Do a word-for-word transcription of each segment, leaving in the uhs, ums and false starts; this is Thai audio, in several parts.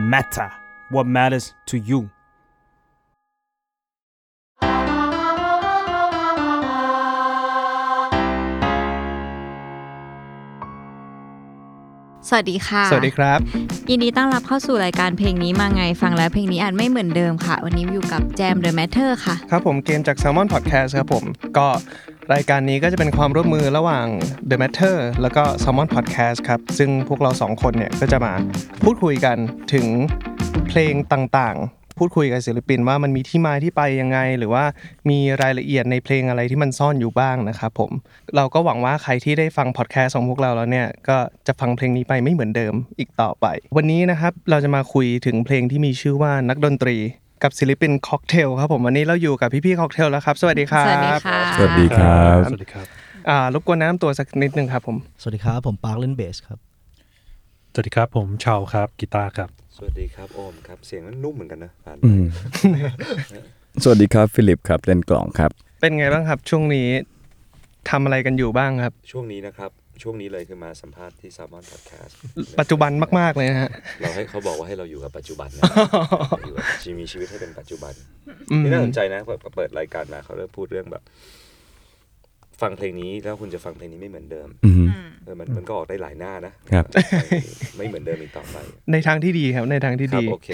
matter what matters to you สวัสดีค่ะสวัสดีครับยินดีต้อนรับเข้าสู่รายการเพลงนี้มาไงฟังแล้วเพลงนี้อาจไม่เหมือนเดิมค่ะวันนี้อยู่กับแจม The Matter ค่ะครับผมเกมจาก Salmon Podcast ครับผมก็รายการนี้ก็จะเป็นความร่วมมือระหว่าง The Matter แล้วก็ Salmon Podcast ครับซึ่งพวกเราสองคนเนี่ยก็จะมาพูดคุยกันถึงเพลงต่างๆพูดคุยกับศิลปินว่ามันมีที่มาที่ไปยังไงหรือว่ามีรายละเอียดในเพลงอะไรที่มันซ่อนอยู่บ้างนะครับผมเราก็หวังว่าใครที่ได้ฟังพอดแคสต์ของพวกเราแล้วเนี่ยก็จะฟังเพลงนี้ไปไม่เหมือนเดิมอีกต่อไปวันนี้นะครับเราจะมาคุยถึงเพลงที่มีชื่อว่านักดนตรีกับศิลปินค็อกเทลครับผมวันนี้เราอยู่กับพี่ๆค็อกเทลแล้วครับสวัสดีครับสวัสดีค่ะสวัสดีครับสวัสดีครับอ่ารบกวนแนะนำตัวสักนิดนึงครับผมสวัสดีครับผมปาร์คเล่นเบสครับสวัสดีครับผมชาวครับกีตาร์ครับสวัสดีครับโอมครับเสียงมันนุ่มเหมือนกันนะผ่านสวัสดีครับฟิลิปครับเล่นกลองครับเป็นไงบ้างครับช่วงนี้ทำอะไรกันอยู่บ้างครับช่วงนี้นะครับช่วงนี้เลยคือมาสัมภาษณ์ที่ Salmon Podcast ปัจจุบันมากๆเลยนะฮะเราให้เขาบอกว่าให้เราอยู่กับปัจจุบันนะอยู่กับชีมีชีวิตให้เป็นปัจจุบันนี่น่าสนใจนะเปิดรายการมาเขาเริ่มพูดเรื่องแบบฟังเพลงนี้แล้วคุณจะฟังเพลงนี้ไม่เหมือนเดิมเออมันมันก็ออกได้หลายหน้านะครับไม่เหมือนเดิมอีกต่อไปในทางที่ดีครับในทางที่ดีโอเค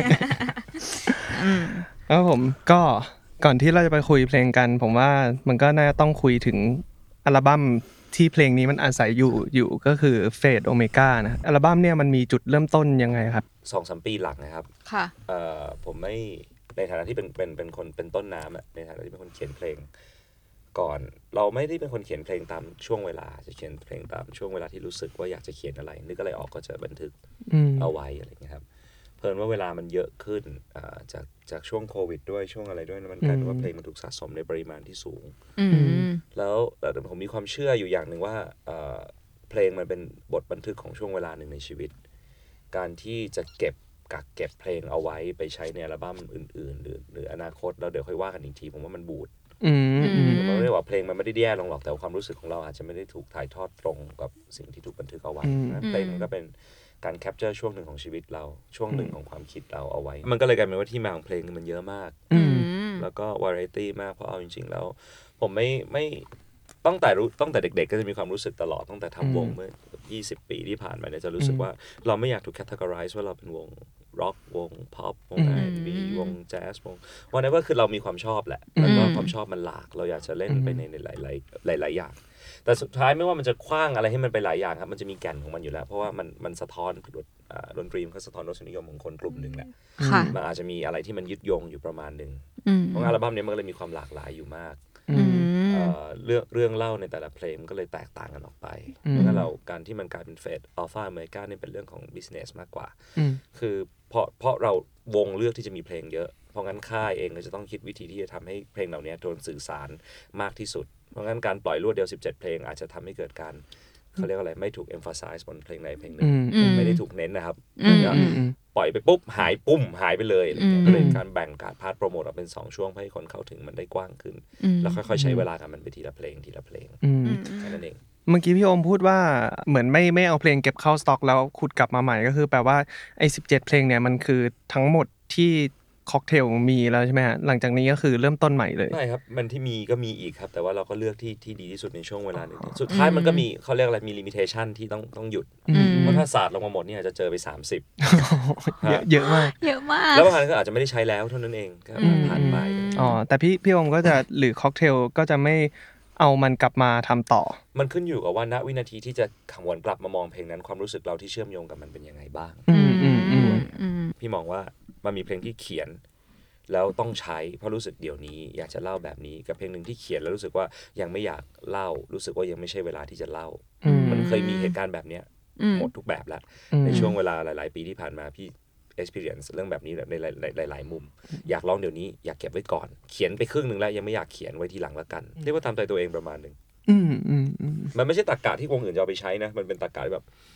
ครับผมก็ก่อนที่เราจะไปคุยเพลงกันผมว่ามันก็น่าต้องคุยถึงอัลบั้มที่เพลงนี้มันอาศัยอยู่อยู่ก็คือ Fade Omega นะอัลบั้มเนี่ยมันมีจุดเริ่มต้นยังไงครับสองสาม ปีหลังนะครับค่ะเอ่อผมไม่ในฐานะที่เป็นเป็นเป็นคนเป็นต้นน้ำอ่ะในฐานะที่เป็นคนเขียนเพลงก่อนเราไม่ได้เป็นคนเขียนเพลงตามช่วงเวลาจะเขียนเพลงตามช่วงเวลาที่รู้สึกว่าอยากจะเขียนอะไรนึกอะไรออกก็จะบันทึกเอาไว้อะไรอย่างเงี้ยครับเพิ่นว่าเวลามันเยอะขึ้นจากจากช่วงโควิดด้วยช่วงอะไรด้วยมันกลายเป็นว่าเพลงมันถูกสะสมในปริมาณที่สูงแล้วแต่ผมมีความเชื่ออยู่อย่างหนึ่งว่าเพลงมันเป็นบทบันทึกของช่วงเวลาหนึ่งในชีวิตการที่จะเก็บกักเก็บเพลงเอาไว้ไปใช้ในอัลบั้มอื่นๆหรือหรืออนาคตแล้วเดี๋ยวค่อยว่ากันอีกทีผมว่ามันบูดมันไม่ได้ว่าเพลงมันไม่ได้แย่ลงหรอกแต่ความรู้สึกของเราอาจจะไม่ได้ถูกถ่ายทอดตรงกับสิ่งที่ถูกบันทึกเอาไว้เพลงมันก็เป็นการแคปเจอร์ช่วงหนึ่งของชีวิตเราช่วงหนึ่งของความคิดเราเอาไว้มันก็เลยกลายเป็นว่าที่มาของเพลงมันเยอะมากแล้วก็วาไรตี้มากเพราะเอาจริงๆแล้วผมไม่ไม่ตั้งแต่รู้ตั้งแต่เด็กๆก็จะมีความรู้สึกตลอดตั้งแต่ทำวงเมื่อยี่สิบปีที่ผ่านมาเนี่ยจะรู้สึกว่าเราไม่อยากถูก categorize ว่าเราเป็นวงร็อกวงพ็อปวง อาร์ แอนด์ บี วงแจ๊สวงวันนั้นก็คือเรามีความชอบแหละแล้วก็ความชอบมันหลากเราอยากจะเล่นไปในหลายๆหลายๆอย่างแต่สุดท้ายไม่ว่ามันจะคว้างอะไรให้มันไปหลายอย่างครับมันจะมีแก่นของมันอยู่แล้วเพราะว่ามันมันสะท้อนดนตรีมันก็สะท้อนรสนิยมของคนกลุ่มหนึ่งแหละมันอาจจะมีอะไรที่มันยึดโยงอยู่ประมาณนึงเพราะอัลบั้มนี้มันเลยมีความหลากหลายอยู่มากเรื่องเรื่องเล่าในแต่ละเพลงก็เลยแตกต่างกันออกไปเพราะงั้นเราการที่มันกลายเป็นเฟดอัลฟาอเมริกานี่เป็นเรื่องของ business มากกว่าคือเพราะเพราะเราวงเลือกที่จะมีเพลงเยอะเพราะงั้นค่ายเองก็จะต้องคิดวิธีที่จะทำให้เพลงเหล่านี้โดนสื่อสารมากที่สุดเพราะงั้นการปล่อยรวดเดียวสิบเจ็ดเพลงอาจจะทำให้เกิดการเขาเรียกอะไรไม่ถูก emphasize บนเพลงใดเพลงหนึ่งไม่ได้ถูกเน้นนะครับปล่อยไปปุ๊บหายปุ้มหายไปเลยอะไรเงี้ยก็เลยการแบ่งการพาร์ทโปรโมทออกเป็นสองช่วงให้คนเข้าถึงมันได้กว้างขึ้นแล้วค่อยๆใช้เวลากับมันไปทีละเพลงทีละเพลงแค่นั้นเองเมื่อกี้พี่โอมพูดว่าเหมือนไม่ไม่เอาเพลงเก็บเข้าสต็อกแล้วขุดกลับมาใหม่ก็คือแปลว่าไอ้สิบเจ็ดเพลงเนี่ยมันคือทั้งหมดที่ค็อกเทลมีแล้วใช่ไหมฮะหลังจากนี้ก็คือเริ่มต้นใหม่เลยใช่ครับมันที่มีก็มีอีกครับแต่ว่าเราก็เลือกที่ที่ดีที่สุดในช่วงเวลาหนึ่งสุดท้ายมันก็มีเขาเรียกอะไรมีลิมิเตชันที่ต้องต้องหยุดเพราะถ้าศาสตร์ลงมาหมดเนี่ยจะเจอไปสามสิบเยอะเยอะมากเยอะมากแล้วบางครั้งก็อาจจะไม่ได้ใช้แล้วเท่านั้นเองก็ผ่านไปอ๋อแต่พี่พี่โอมก็จะหรือค็อกเทลก็จะไม่เอามันกลับมาทำต่อมันขึ้นอยู่กับว่าณวินาทีที่จะขังวนกลับมามองเพลงนั้นความรู้สึกเราที่เชื่อมโยงกับมันเป็นยังไงบ้างพี่มองว่ามันมีเพลงที่เขียนแล้วต้องใช้เพราะรู้สึกเดี๋ยวนี้อยากจะเล่าแบบนี้กับเพลงหนึ่งที่เขียนแล้วรู้สึกว่ายังไม่อยากเล่ารู้สึกว่ายังไม่ใช่เวลาที่จะเล่ามันเคยมีเหตุการณ์แบบเนี้ยหมดทุกแบบแล้วในช่วงเวลาหลายๆปีที่ผ่านมาพี่ experience เรื่องแบบนี้ในหลายๆมุมอยากร้องเดี๋ยวนี้อยากเก็บไว้ก่อนเขียนไปครึ่งนึงแล้วยังไม่อยากเขียนไว้ทีหลังละกันเรียกว่าตามใจตัวเองประมาณนึงมันไม่ใช่ตรรกะที่วงอื่นจะเอาไปใช้นะมันเป็นตรรกะที่แบบ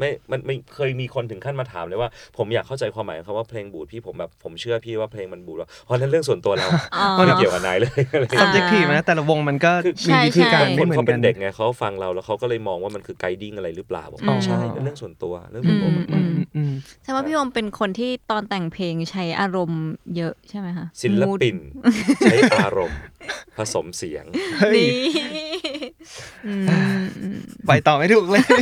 ไม่มันไม่เคยมีคนถึงขั้นมาถามเลยว่าผมอยากเข้าใจความหมายของคำว่าเพลงบูดพี่ผมแบบผมเชื่อพี่ว่าเพลงมันบูดแล้วเพราะนั่นเรื่องส่วนตัวเราไม่เกี่ยวกับนายเลย subjective นะแต่ละวงมันก็มีวิธีการไม่เหมือนกันเขาเป็นเด็กไงเขาฟังเราแล้วเขาก็เลยมองว่ามันคือไกดิ้งอะไรหรือเปล่าบอกใช่เรื่องส่วนตัวเรื่องส่วนตัวมากใช่ว่าพี่โอมเป็นคนที่ตอนแต่งเพลงใช้อารมณ์เยอะใช่ไหมคะศิลปินใช้อารมณ์ผสมเสียงนี่ไปต่อไม่ถูกเลย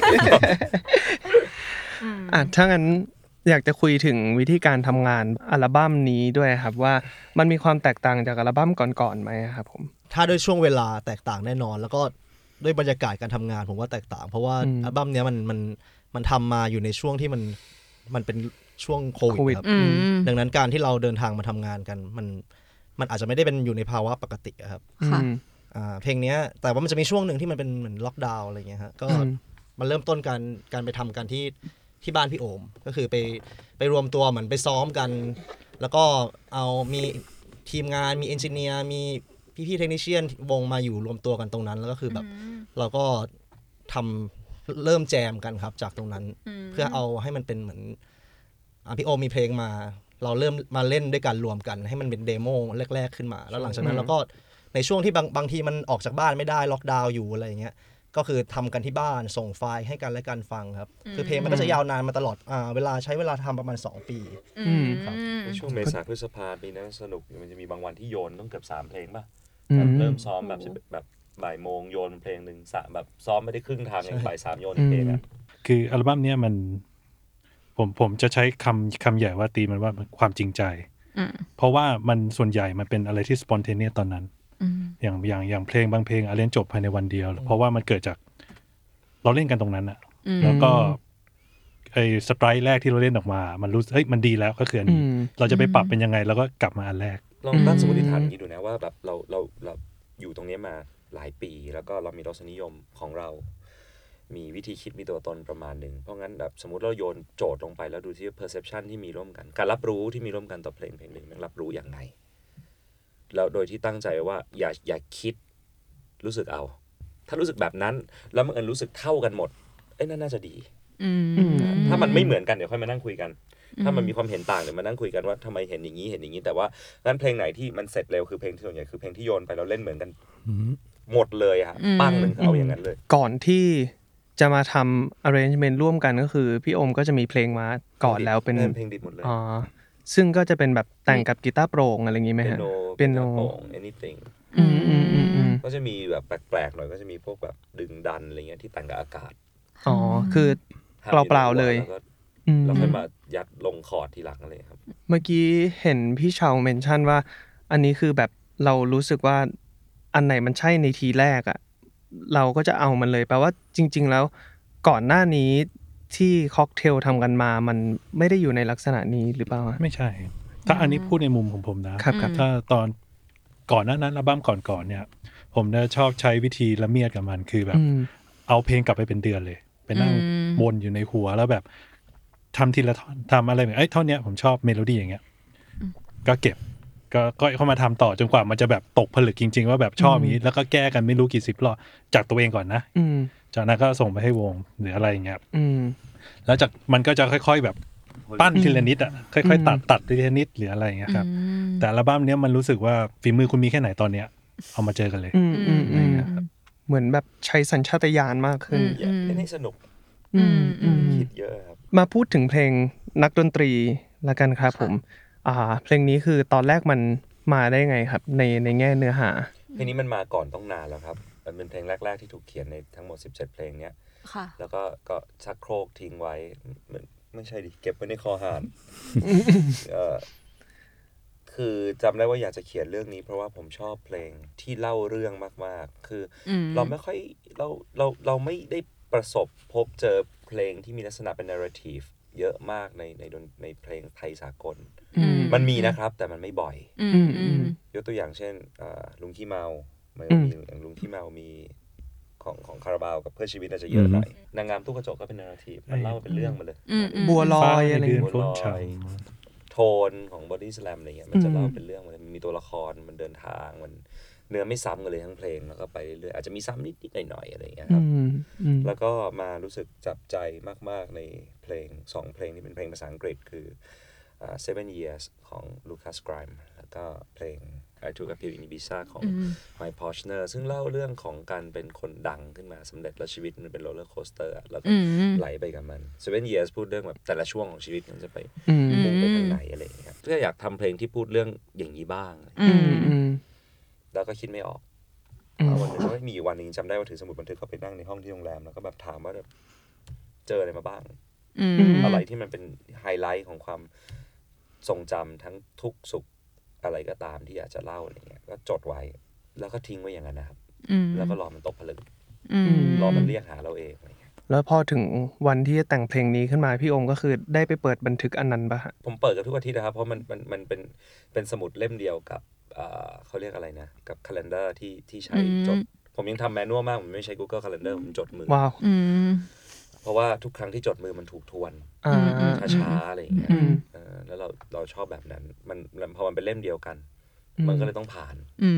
อ่ะถ้างั้นอยากจะคุยถึงวิธีการทำงานอัลบั้มนี้ด้วยครับว่ามันมีความแตกต่างจากอัลบั้มก่อนๆไหมครับผมถ้าด้วยช่วงเวลาแตกต่างแน่นอนแล้วก็ด้วยบรรยากาศการทำงานผมว่าแตกต่างเพราะว่าอัลบั้มนี้มันมันมันทำมาอยู่ในช่วงที่มันมันเป็นช่วงโควิดครับดังนั้นการที่เราเดินทางมาทำงานกันมันมันอาจจะไม่ได้เป็นอยู่ในภาวะปกติครับเพลงนี้แต่ว่ามันจะมีช่วงหนึ่งที่มันเป็นเหมือนล็อกดาวน์อะไรเงี้ยฮะก็มันเริ่มต้นการการไปทำกันที่ที่บ้านพี่โอมก็คือไปไปรวมตัวเหมือนไปซ้อมกันแล้วก็เอามีทีมงานมีเอนจิเนียร์มีพี่ๆเทคนิคเชียนวงมาอยู่รวมตัวกันตรงนั้นแล้วก็คือแบบเราก็ทำเริ่มแจมกันครับจากตรงนั้นเพื่อเอาให้มันเป็นเหมือนพี่โอมมีเพลงมาเราเริ่มมาเล่นด้วยกันรวมกันให้มันเป็นเดโมแรกๆขึ้นมาแล้วหลังจากนั้นเราก็ในช่วงที่บางบางทีมันออกจากบ้านไม่ได้ล็อกดาวน์อยู่อะไรอย่างเงี้ยก็คือทำกันที่บ้านส่งไฟล์ให้กันและกันฟังครับคือเพลงมันก็จะยาวนานมาตลอดอ่าเวลาใช้เวลาทำประมาณสองปีครับในช่วงเมษาพฤษภาปีนั้นสนุกมันจะมีบางวันที่โยนต้องเกือบสามเพลงป่ะเริ่มซ้อมแบบแบบบ่ายโมงโยนเพลงนึงสามแบบซ้อมไม่ได้ครึ่งทางยังบ่ายสามโยนเพลงอ่ะคืออัลบั้มเนี้ยมันผมผมจะใช้คำคำใหญ่ว่าตีมันว่าความจริงใจเพราะว่ามันส่วนใหญ่มันเป็นอะไรที่ spontaneous ตอนนั้นอย่างอย่างอย่างเพลงบางเพลงอาเล่นจบภายในวันเดียวเพราะว่ามันเกิดจากเราเล่นกันตรงนั้นอะแล้วก็ไอ้สไตร์แรกที่เราเล่นออกมามันรู้เฮ้ยมันดีแล้วก็คืออันนี้เราจะไปปรับเป็นยังไงแล้วก็กลับมาอันแรกลองตั้งสมมติฐานอย่างนี้ดูนะว่าแบบเราเราเราอยู่ตรงนี้มาหลายปีแล้วก็เรามีรสนิยมของเรามีวิธีคิดมีตัวตนประมาณหนึ่งเพราะงั้นแบบสมมติเราโยนโจทย์ลงไปแล้วดูที่ perception ที่มีร่วมกันการรับรู้ที่มีร่วมกันต่อเพลงเพลงหนึ่งมันรับรู้อย่างไรแล้วโดยที่ตั้งใจว่าอย่าอย่าคิดรู้สึกเอาถ้ารู้สึกแบบนั้นแล้วมันรู้สึกเท่ากันหมดเอ้ยนั่นน่าจะดีถ้ามันไม่เหมือนกันเดี๋ยวค่อยมานั่งคุยกันถ้ามันมีความเห็นต่างเดี๋ยวมานั่งคุยกันว่าทำไมเห็นอย่างนี้เห็นอย่างนี้แต่ว่างั้นเพลงไหนที่มันเสร็จเร็วคือเพลงที่ส่วนใหญ่คือเพลงที่โยนไปเราเล่นเหมือนกันหมดเลยอะปั้งหนึ่งเอาอย่างนั้นเลยก่อนที่จะมาทำ arrangement ร่วมกันก็คือพี่โอมก็จะมีเพลงมาก่อนแล้วเป็นเพลงดิบหมดเลยอ๋อซึ่งก็จะเป็นแบบแต่งกับกีตาร์โปร่งอะไรอย่างงี้ไหมฮะเปียโน anything อืมอืมอืมอืมก็จะมีแบบแปลกๆหน่อยก็จะมีพวกแบบดึงดันอะไรเงี้ยที่แต่งกับอากาศอ๋อคือเปล่าๆเลยแล้วค่อยมายัดลงคอร์ดทีหลังอะไรครับเมื่อกี้เห็นพี่ชาวเมนชั่นว่าอันนี้คือแบบเรารู้สึกว่าอันไหนมันใช่ในทีแรกอ่ะเราก็จะเอามันเลยแปลว่าจริงๆแล้วก่อนหน้านี้ที่ค็อกเทลทำกันมามันไม่ได้อยู่ในลักษณะนี้หรือเปล่าไม่ใช่ถ้าอันนี้พูดในมุมของผมนะครับถ้าตอนก่อนหน้านั้นอัลบั้มก่อนๆเนี่ยผมเนี่ยชอบใช้วิธีละเมียดกับมันคือแบบเอาเพลงกลับไปเป็นเดือนเลยไปนั่งวนอยู่ในหัวแล้วแบบทำทีละท่อนทำอะไรแบบเอ้ยท่อนเนี้ยผมชอบเมโลดี้อย่างเงี้ยก็เก็บก็ก็เข้ามาทำต่อจนกว่ามันจะแบบตกผลึกจริงๆว่าแบบชอบนี้แล้วก็แก้กันไม่รู้กี่สิบรอบจากตัวเองก่อนนะจากนั้นก็ส่งไปให้วงหรืออะไรอย่างเงี้ยแล้วจากมันก็จะค่อยๆแบบปั้นทีละนิดอ่ะค่อยๆตัดตัดทีละนิดหรืออะไรอย่างเงี้ยครับแต่อัลบั้มเนี้ยมันรู้สึกว่าฝีมือคุณมีแค่ไหนตอนเนี้ยเอามาเจอกันเลยเหมือนแบบใช้สัญชาตญาณมากขึ้นให้สนุกคิดเยอะครับมาพูดถึงเพลงนักดนตรีละกันครับผมอ่าเพลงนี้คือตอนแรกมันมาได้ไงครับในในแง่เนื้อหาเพลงนี้มันมาก่อนต้องนานแล้วครับมันเป็นเพลงแรกๆที่ถูกเขียนในทั้งหมดสิบเจ็ดเพลงเนี้ยแล้วก็ก็ชักโครกทิ้งไว้ไม่ใช่ดิเก็บไว้ในคอหานเออคือจำได้ว่าอยากจะเขียนเรื่องนี้เพราะว่าผมชอบเพลงที่เล่าเรื่องมากๆคือเราไม่ค่อยเราเราเราไม่ได้ประสบพบเจอเพลงที่มีลักษณะเป็น narrative เยอะมากในในในเพลงไทยสากลมันมีนะครับแต่มันไม่บ่อยยกตัวอย่างเช่นลุงขี้เมามันมีอย่างลุงขี้เมามีของของคาราบาวกับเพื่อชีวิตน่าจะเยอะหน่อยนางงามตู้กระจกก็เป็น narrative มันเล่าเป็นเรื่องมาเลยบัวลอยอะไรบัวลอยโทนของ body slam อะไรเงี้ยมันจะเล่าเป็นเรื่องมันมีตัวละครมันเดินทางมันเนื้อไม่ซ้ำกันเลยทั้งเพลงแล้วก็ไปเรื่อยๆอาจจะมีซ้ำนิดๆหน่อยๆอะไรอย่างเงี้ยครับแล้วก็มารู้สึกจับใจมากๆในเพลงสองเพลงที่เป็นเพลงภาษาอังกฤษคือ uh, seven years ของ Lucas Graham แล้วก็เพลง I Took a Pill in Ibiza ของ Mike Posner ซึ่งเล่าเรื่องของการเป็นคนดังขึ้นมาสำเร็จแล้วชีวิตมันเป็นโรลเลอร์โคสเตอร์แล้วก็ไหลไปกับมัน seven years พูดเรื่องแบบแต่ละช่วงของชีวิตมันจะไปมุ่งไปทางไหนอะไรอย่างเงี้ยก็อยากทำเพลงที่พูดเรื่องอย่างนี้บ้างแล้วก็คิดไม่ออกวันนึงก็มีวันนึงจำได้ว่าถือสมุดบันทึกก็ไปนั่งในห้องที่โรงแรมแล้วก็แบบถามว่าเจออะไรมาบ้างอะไรที่มันเป็นไฮไลท์ของความทรงจำทั้งทุกสุขอะไรก็ตามที่อยากจะเล่าอะไรเงี้ยก็จดไว้แล้วก็ทิ้งไว้อย่างนั้นนะครับแล้วก็รอมันตกผลึกรอมันเรียกหาเราเองอะไรเงี้ยแล้วพอถึงวันที่จะแต่งเพลงนี้ขึ้นมาพี่โอมก็คือได้ไปเปิดบันทึกอันนั้นป่ะฮะผมเปิดกับทุกอาทิตย์นะครับเพราะมันมันมันเป็นเป็นสมุดเล่มเดียวกับเขาเรียกอะไรนะกับ calendar ที่ที่ใช้จดผมยังทำแมนนวลมากผมไม่ใช้ Google Calendar ผมจดมือว้าวเพราะว่าทุกครั้งที่จดมือมันถูกทวนช้าๆอะไรอย่างเงี้ยแล้วเราเราชอบแบบนั้นมันพอมันเป็นเล่มเดียวกันมันก็เลยต้องผ่าน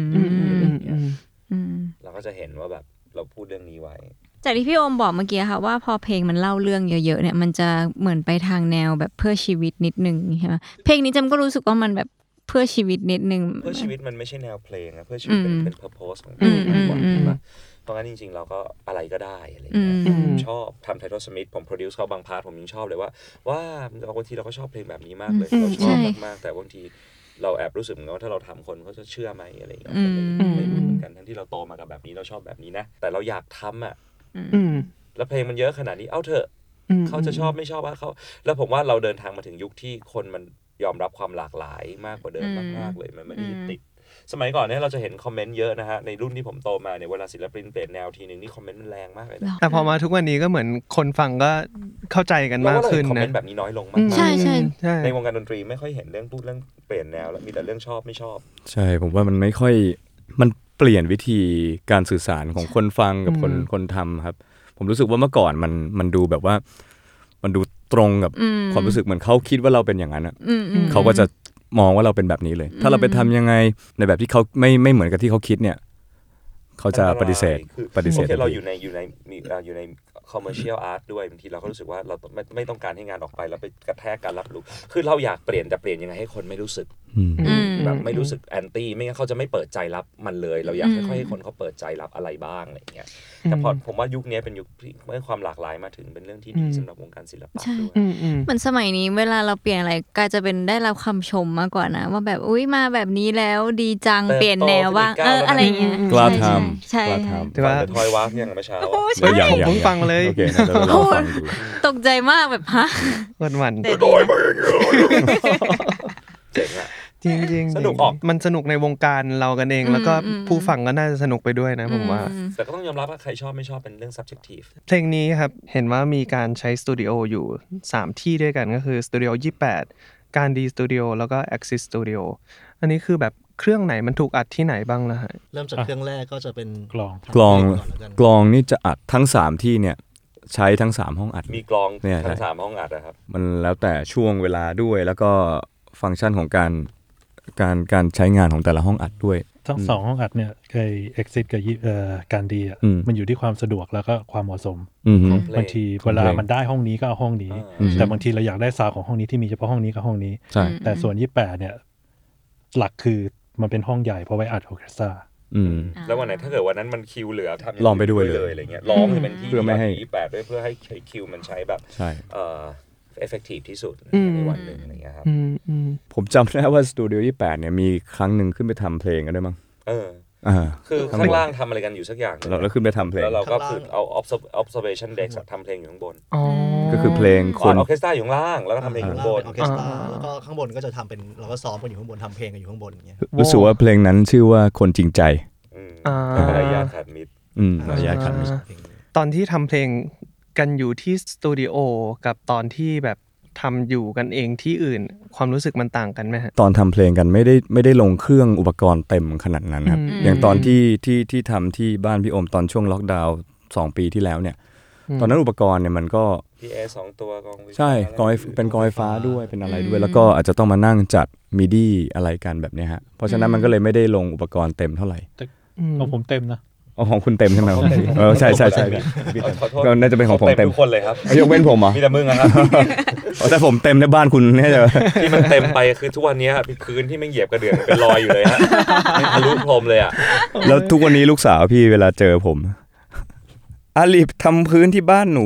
เราก็จะเห็นว่าแบบเราพูดเรื่องนี้ไว้จากที่พี่โอมบอกเมื่อกี้ค่ะว่าพอเพลงมันเล่าเรื่องเยอะๆเนี่ยมันจะเหมือนไปทางแนวแบบเพื่อชีวิตนิดนึงใช่ไหมเพลงนี้จำก็รู้สึกว่ามันแบบเพื่อชีวิตนิดนึงเพื่อชีวิตมันไม่ใช่แนวเพลงนะเพื่อชีวิตเป็นเป็น purpose ของเพลงมากกว่าเพราะงั้นจริงๆเราก็อะไรก็ได้อะไรอย่างเงี้ยผมชอบทำ Title Smith ผม produce เขาบางพาร์ทผมยังชอบเลยว่าว่าบางทีเราก็ชอบเพลงแบบนี้มากเลยเราชอบมากๆแต่บางทีเราแอบรู้สึกเหมือนกันว่าถ้าเราทำคนเขาจะเชื่อไหมอะไรอย่างเงี้ยไม่รู้เหมือนกันทั้งที่เราโตมากับแบบนี้เราชอบแบบนี้นะแต่เราอยากทำอ่ะแล้วเพลงมันเยอะขนาดนี้เอาเถอะเขาจะชอบไม่ชอบว่าเขาแล้วผมว่าเราเดินทางมาถึงยุคที่คนมันยอมรับความหลากหลายมากกว่าเดิมมากๆเลยมันไม่ได้ติดสมัยก่อนเนี่ยเราจะเห็นคอมเมนต์เยอะนะฮะในรุ่นที่ผมโตมาเนี่ยเวลาศิลปินเปลี่ยนแนวทีนึงนี่คอมเมนต์มันแรงมากเลยนะแต่พอมาทุกวันนี้ก็เหมือนคนฟังก็เข้าใจกันมากขึ้นนะคอมเมนต์แบบนี้น้อยลงมากใช่ใช่ในวงการดนตรีไม่ค่อยเห็นเรื่องพูดเรื่องเปลี่ยนแนวแล้วมีแต่เรื่องชอบไม่ชอบใช่ผมว่ามันไม่ค่อยมันเปลี่ยนวิธีการสื่อสารของคนฟังกับคนคนทำครับผมรู้สึกว่าเมื่อก่อนมันมันดูแบบว่ามันดูตรงกับความรู้สึกเหมือนเขาคิดว่าเราเป็นอย่างนั้นอ่ะเขาก็จะมองว่าเราเป็นแบบนี้เลยถ้าเราไปทำยังไงในแบบที่เขาไม่ไม่เหมือนกับที่เขาคิดเนี่ยเขาจะปฏิเสธปฏิเสธเราอยู่ในอยู่ในมีอยู่ใน commercial art ด้วยบางทีเราก็รู้สึกว่าเราไม่ไม่ต้องการให้งานออกไปแล้วไปกระแทกการรับรู้คือเราอยากเปลี่ยนแต่เปลี่ยนยังไงให้คนไม่รู้สึกแบบไม่รู้สึกแอนตี้ไม่งั้นเขาจะไม่เปิดใจรับมันเลยเราอยากค่อยๆให้คนเขาเปิดใจรับอะไรบ้างอะไรอย่างเงี้ยแต่พอผมว่ายุคนี้เป็นยุคที่เมื่อความหลากหลายมาถึงเป็นเรื่องที่ดีสำหรับวงการศิลปะด้วยเหมือนสมัยนี้เวลาเราเปลี่ยนอะไรก็จะเป็นได้รับคำชมมากกว่านะว่าแบบอุ้ยมาแบบนี้แล้วดีจังเปลี่ยนแนวบ้างเอออะไรเงี้ยกล้าทำใช่แต่ว่าทอยวากยังเมื่อเช้าอย่างผมเพิ่งฟังเลยตกใจมากแบบฮะวันวันโดยมาอย่างเงี้ยเจ๋งอะจริงๆสนุกออกมันสนุกในวงการเรากันเองแล้วก็ผู้ฟังก็น่าจะสนุกไปด้วยนะผมว่าแต่ก็ต้องยอมรับว่าใครชอบไม่ชอบเป็นเรื่อง subjective เพลงนี้ครับเห็นว่ามีการใช้สตูดิโออยู่สามที่ด้วยกันก็คือสตูดิโอยี่สิบแปดการดีสตูดิโอแล้วก็ Axis Studio อันนี้คือแบบเครื่องไหนมันถูกอัดที่ไหนบ้างล่ะฮะเริ่มจากเครื่องแรกก็จะเป็นกลองกลองกลองนี่จะอัดทั้งสามที่เนี่ยใช้ทั้งสามห้องอัดมีกลองทั้งสามห้องอัดนะครับมันแล้วแต่ช่วงเวลาด้วยแล้วก็ฟังก์ชันของการการการใช้งานของแต่ละห้องอัดด้วยทั้งสองห้องอัดเนี่ยไอ้ Exit กับเอ่อการดีอ่ะมันอยู่ที่ความสะดวกแล้วก็ความเหมาะสมบางทีเวลามันได้ห้องนี้ก็เอาห้องนี้แต่บางทีเราอยากได้ซาวด์ของห้องนี้ที่มีเฉพาะห้องนี้กับห้องนี้แต่ส่วนยี่สิบแปดเนี่ยหลักคือมันเป็นห้องใหญ่เพราะไว้อัดออร์เคสตราแล้ววันไหนถ้าเกิดวันนั้นมันคิวเหลือทำลองไปด้วยเลยอะไรเงี้ยร้องให้มันที่เพื่อไม่ให้ยี่สิบแปดด้วยเพื่อให้คิวมันใช้แบบเอ่อeffective ที่สุดในวันหนึ่งอะไรเงี้ยครับผมจำได้ว่าสตูดิโอยี่สิบแปดเนี่ยมีครั้งหนึ่งขึ้นไปทำเพลงกันด้วยมั้งเออคือข้างล่างทำอะไรกันอยู่สักอย่างแล้วขึ้นไปทำเพลงแล้วเราก็คือเอา observation deck ทำเพลงอยู่ข้างบนก็คือเพลงคนออร์เคสตราอยู่ข้างล่างแล้วก็ทำเพลงอยู่ข้างบนออร์เคสตราแล้วก็ข้างบนก็จะทำเป็นเราก็ซ้อมกันอยู่ข้างบนทำเพลงกันอยู่ข้างบนอย่างเงี้ยรู้สึกว่าเพลงนั้นชื่อว่าคนจริงใจมารยาทขาดมิตรมารยาทขาดมิตรตอนที่ทำเพลงกันอยู่ที่สตูดิโอกับตอนที่แบบทำอยู่กันเองที่อื่นความรู้สึกมันต่างกันไหมฮะตอนทำเพลงกันไม่ได้ไม่ได้ลงเครื่องอุปกรณ์เต็มขนาดนั้นครับอย่างตอนที่ที่ที่ทำที่บ้านพี่โอมตอนช่วงล็อกดาวน์สองปีที่แล้วเนี่ยตอนนั้นอุปกรณ์เนี่ยมันก็พี เอ สองตัวกองใช่กองเป็นกองไฟฟ้าด้วยเป็นอะไรด้วยแล้วก็อาจจะต้องมานั่งจัดมิดี้อะไรกันแบบนี้ฮะเพราะฉะนั้นมันก็เลยไม่ได้ลงอุปกรณ์เต็มเท่าไหร่แต่ของผมเต็มนะอ๋อของคุณเต็มใช่ไหมเออใช่ใช่ใช่ก็น่าจะเป็นของผมเต็มทุกคนเลยครับยกเว้นผมเหรอมีแต่มึงอะครับแต่ผมเต็มในบ้านคุณเนี่ยที่มันเต็มไปคือทุกวันนี้พื้นที่มันเหยียบกระเดื่องเป็นรอยอยู่เลยฮะทะลุพรมเลยอ่ะแล้วทุกวันนี้ลูกสาวพี่เวลาเจอผมอาลีบทำพื้นที่บ้านหนู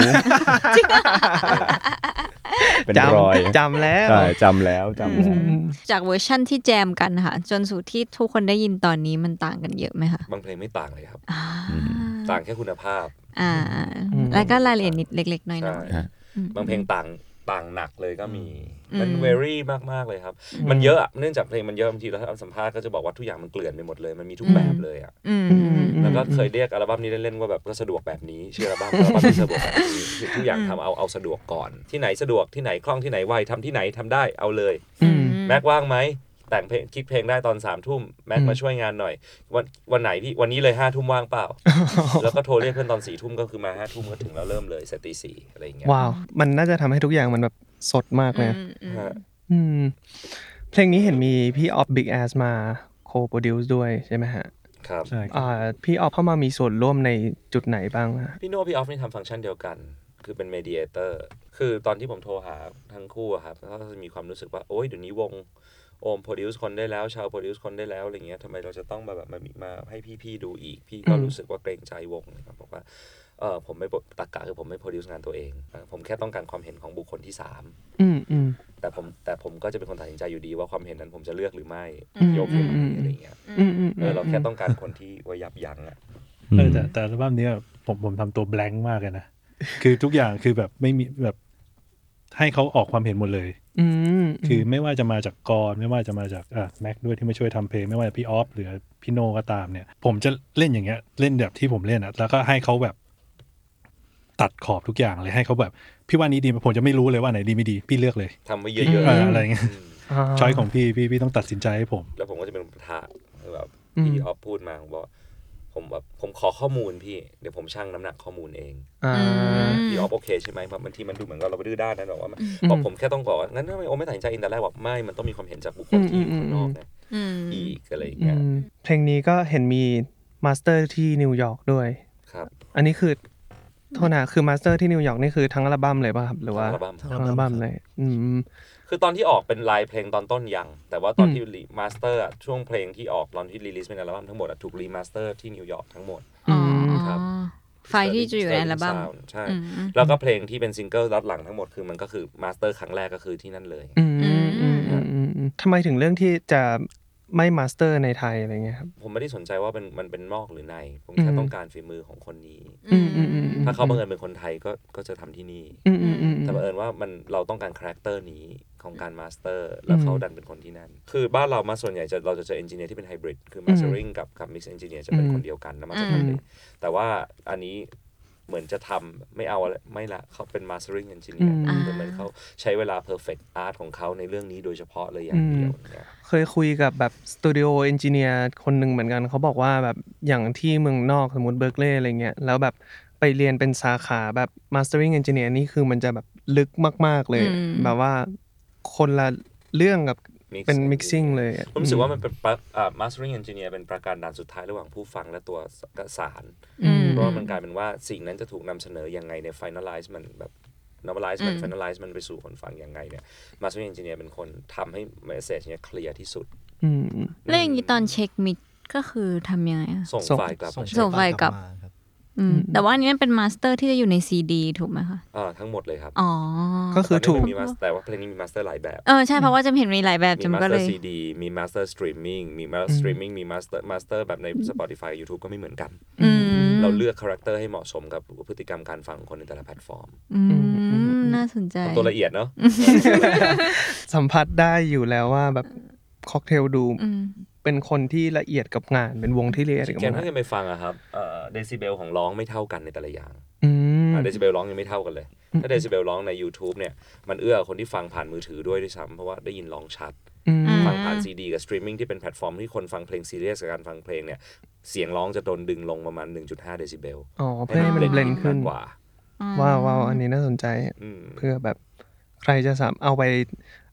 เป็นรอยจำแล้วใช่จำแล้วจำแล้วจากเวอร์ชั่นที่แจมกันค่ะจนสู่ที่ทุกคนได้ยินตอนนี้มันต่างกันเยอะไหมคะบางเพลงไม่ต่างเลยครับต่างแค่คุณภาพอ่าแล้วก็รายละเอียดนิดเล็กๆน้อยๆบางเพลงต่างต่างหนักเลยก็มีมันเวรี่มากๆเลยครับมันเยอะเนื่องจากเพลงมันเยอะบางทีเราถ้าสัมภาษณ์ก็จะบอกว่าทุกอย่างมันเกลื่อนไปหมดเลยมันมีทุกแบบเลยอ่ะแล้วก็เคยเรียกอัลบั้มนี้เล่นๆว่าแบบก็สะดวกแบบนี้ชื่ออัลบั้มอัลบั้มที่สะดวกแบบนี้ทุกอย่างทำเอาเอาสะดวกก่อนที่ไหนสะดวกที่ไหนคล่องที่ไหนไวทำที่ไหนทำได้เอาเลยแม็กว่างไหมแต่งเพลงคิดเพลงได้ตอนสามทุ่มแม็กมาช่วยงานหน่อยวันวันไหนพี่วันนี้เลยห้าทุ่มว่างเปล่าแล้วก็โทรเรียกเพื่อนตอนสี่ทุ่มก็คือมาห้าทุ่มก็ถึงแล้วเริ่มเลยเสร็จตีสี่อะไรอย่างเงี้ยว้าวมันน่าจะทำให้ทุกอย่างมันแบบสดมากเลยอืมเพลงนี้เห็นมีพี่ออฟบิ๊กแอสมาโคโปรดิวซ์ด้วยใช่ไหมฮะครับอ่าพี่ออฟเข้ามามีส่วนร่วมในจุดไหนบ้างฮะพี่โน่พี่ออฟนี่ทำฟังก์ชันเดียวกันคือเป็นเมดิเอเตอร์คือตอนที่ผมโทรหาทั้งคู่ครับก็จะมีความรู้สึกว่าโอ๊ยเดี๋ยวนี้วงโอมโปรดิวซ์คนได้แล้วชาวโปรดิวซ์คนได้แล้วอะไรเงี้ยทำไมเราจะต้องมาแบบมามาให้พี่ๆดูอีกพี่ก็รู้สึกว่าเกรงใจวงนะครับบอกว่าเออผมไม่ตากะคือผมไม่โปรดิวซ์งานตัวเองผมแค่ต้องการความเห็นของบุคคลที่สามอืมอืมแต่ผมแต่ผมก็จะเป็นคนตัดสินใจอยู่ดีว่าความเห็นนั้นผมจะเลือกหรือไม่โยกหรือไม่อะไรเงี้ยเออเราแค่ต้องการคนที่ไว้ยับยั้งอ่ะเออแต่แต่อัลบั้มนี้ผมผมทำตัวแบงค์มากเลยนะคือทุกอย่างคือแบบไม่มีแบบให้เขาออกความเห็นหมดเลยคือไม่ว่าจะมาจากกรไม่ว่าจะมาจากอ่ะแม็กด้วยที่มาช่วยทำเพลงไม่ว่าพี่ออฟหรือพี่โนก็ตามเนี่ยผมจะเล่นอย่างเงี้ยเล่นแบบที่ผมเล่นอ่ะแล้วก็ให้เขาแบบตัดขอบทุกอย่างเลยให้เขาแบบพี่ว่านี้ดีผมจะไม่รู้เลยว่าไหนดีไม่ดีพี่เลือกเลยทำไว้เยอะๆอะไรเงี้ยช้อยของพี่พี่พี่ต้องตัดสินใจให้ผมแล้วผมก็จะเป็นประธานแบบพี่ออฟพูดมาผมบอกผมแบบผมขอข้อมูลพี่เดี๋ยวผมชั่งน้ำหนักข้อมูลเองพี่ออฟโอเคใช่ไหมเพราะบางทีมันดูเหมือนกับเราไปดื้อด้านนะบอกว่าบอกผมแค่ต้องบอกว่างั้นทำไมโอไม่ตัดสินใจเองแต่แรกบอกไม่มันต้องมีความเห็นจากบุคคลที่อยู่ข้างนอกนะอีกอะไรอย่างเงี้ยเพลงนี้ก็เห็นมีมาสเตอร์ที่นิวยอร์กด้วยครับอันนี้คือโทษนะคือมาสเตอร์ที่นิวยอร์กนี่คือทั้งอัลบั้มเลยป่ะครับหรือว่าทั้งอัลบั้มเลยอืมคือตอนที่ออกเป็นลายเพลงตอนต้นยังแต่ว่าตอนที่รีมาสเตอร์ช่วงเพลงที่ออกตอนที่รีลิสเป็นอัลบั้มทั้งหมดถูกรีมาสเตอร์ที่นิวยอร์กทั้งหมดครับไฟที่จะอยู่ในอัลบั้มใช่แล้วก็เพลงที่เป็นซิงเกิลล็อตหลังทั้งหมดคือมันก็คือมาสเตอร์ครั้งแรกก็คือที่นั่นเลยทำไมถึงเรื่องที่จะไม่มาสเตอร์ในไทยอะไรเงี้ยครับผมไม่ได้สนใจว่าเป็นมันเป็นนอกหรือในผมแค่ต้องการฝีมือของคนนี้ถ้าเขาบังเอิญเป็นคนไทยก็ก็จะทำที่นี่แต่บังเอิญว่ามันเราต้องการคาแรคเตอร์นี้ของการมาสเตอร์แล้วเขาดันเป็นคนที่นั่นคือบ้านเรามาส่วนใหญ่จะเราจะเจอเอนจิเนียร์ที่เป็นไฮบริดคือมาสเตอริงกับกับมิกซ์เอนจิเนียร์จะเป็นคนเดียวกันแล้วมาจะทำเลยแต่ว่าอันนี้เหมือนจะทำไม่เอาอะไรไม่ละเขาเป็น mastering engineer เหมือนเขาใช้เวลา perfect art ของเขาในเรื่องนี้โดยเฉพาะเลยอย่างเดียวเนี่ยเคยคุยกับแบบสตูดิโอเอนจิเนียร์คนหนึ่งเหมือนกันเขาบอกว่าแบบอย่างที่เมืองนอกสมมติเบิร์กลีย์อะไรเงี้ยแล้วแบบไปเรียนเป็นสาขาแบบ mastering engineer นี่คือมันจะแบบลึกมากๆเลยแบบว่าคนละเรื่องกับเป็น mixing เลยผมรู้สึกว่ามันเป็นอ่า mastering engineer เป็นประการด่านสุดท้ายระหว่างผู้ฟังและตัวสารเพราะมันกลายเป็นว่าสิ่งนั้นจะถูกนำเสนอยังไงใน finalize มันแบบ normalize มัน finalize มันไปสู่คนฟังยังไงเนี่ย mastering engineer เป็นคนทำให้ message เนี่ยเคลียร์ที่สุดแล้วอย่างนี้ตอนเช็คมิกก็คือทำยังไงส่งไฟล์กลับส่งไฟล์กลับแต่ว่าอันนี้มันเป็นมาสเตอร์ที่จะอยู่ในซีดีถูกไหมคะอ่าทั้งหมดเลยครับอ๋อก็คือถูกมีมาแต่ว่าเพลงนี้มีมาสเตอร์หลายแบบเออใช่เพราะว่าจะเห็นมีหลายแบบจำก็เลยมีมาสเตอร์ซีดีมีมาสเตอร์สตรีมมิ่งมีมาสเตอร์สตรีมมิ่งมีมาสเตอร์มาสเตอร์แบบใน Spotify YouTube ก็ไม่เหมือนกันเราเลือกคาแรคเตอร์ให้เหมาะสมกับพฤติกรรมการฟังของคนในแต่ละแพลตฟอร์มน่าสนใจตัวละเอียดเนาะสัมผัสได้อยู่แล้วว่าแบบค็อกเทลดูเป็นคนที่ละเอียดกับงานเป็นวงที่ละเอียดกับงานถ้าจะไปฟังอะครับเอ่อเดซิเบลของร้องไม่เท่ากันในแต่ละอย่างเดซิเบลร้องยังไม่เท่ากันเลยถ้าเดซิเบลร้องใน YouTube เนี่ยมันเอื้อคนที่ฟังผ่านมือถือด้วยด้วยซ้ำเพราะว่าได้ยินร้องชัดฟังผ่านซีดีกับสตรีมมิ่งที่เป็นแพลตฟอร์มที่คนฟังเพลงซีเรียสกับการฟังเพลงเนี่ยเสียงร้องจะโดนดึงลงประมาณ หนึ่งจุดห้า เดซิเบลอ๋อเพื่อให้มันเบลนด์ขึ้นกว่าว้าวๆอันนี้น่าสนใจเพื่อแบบใครจะสามารถเอาไป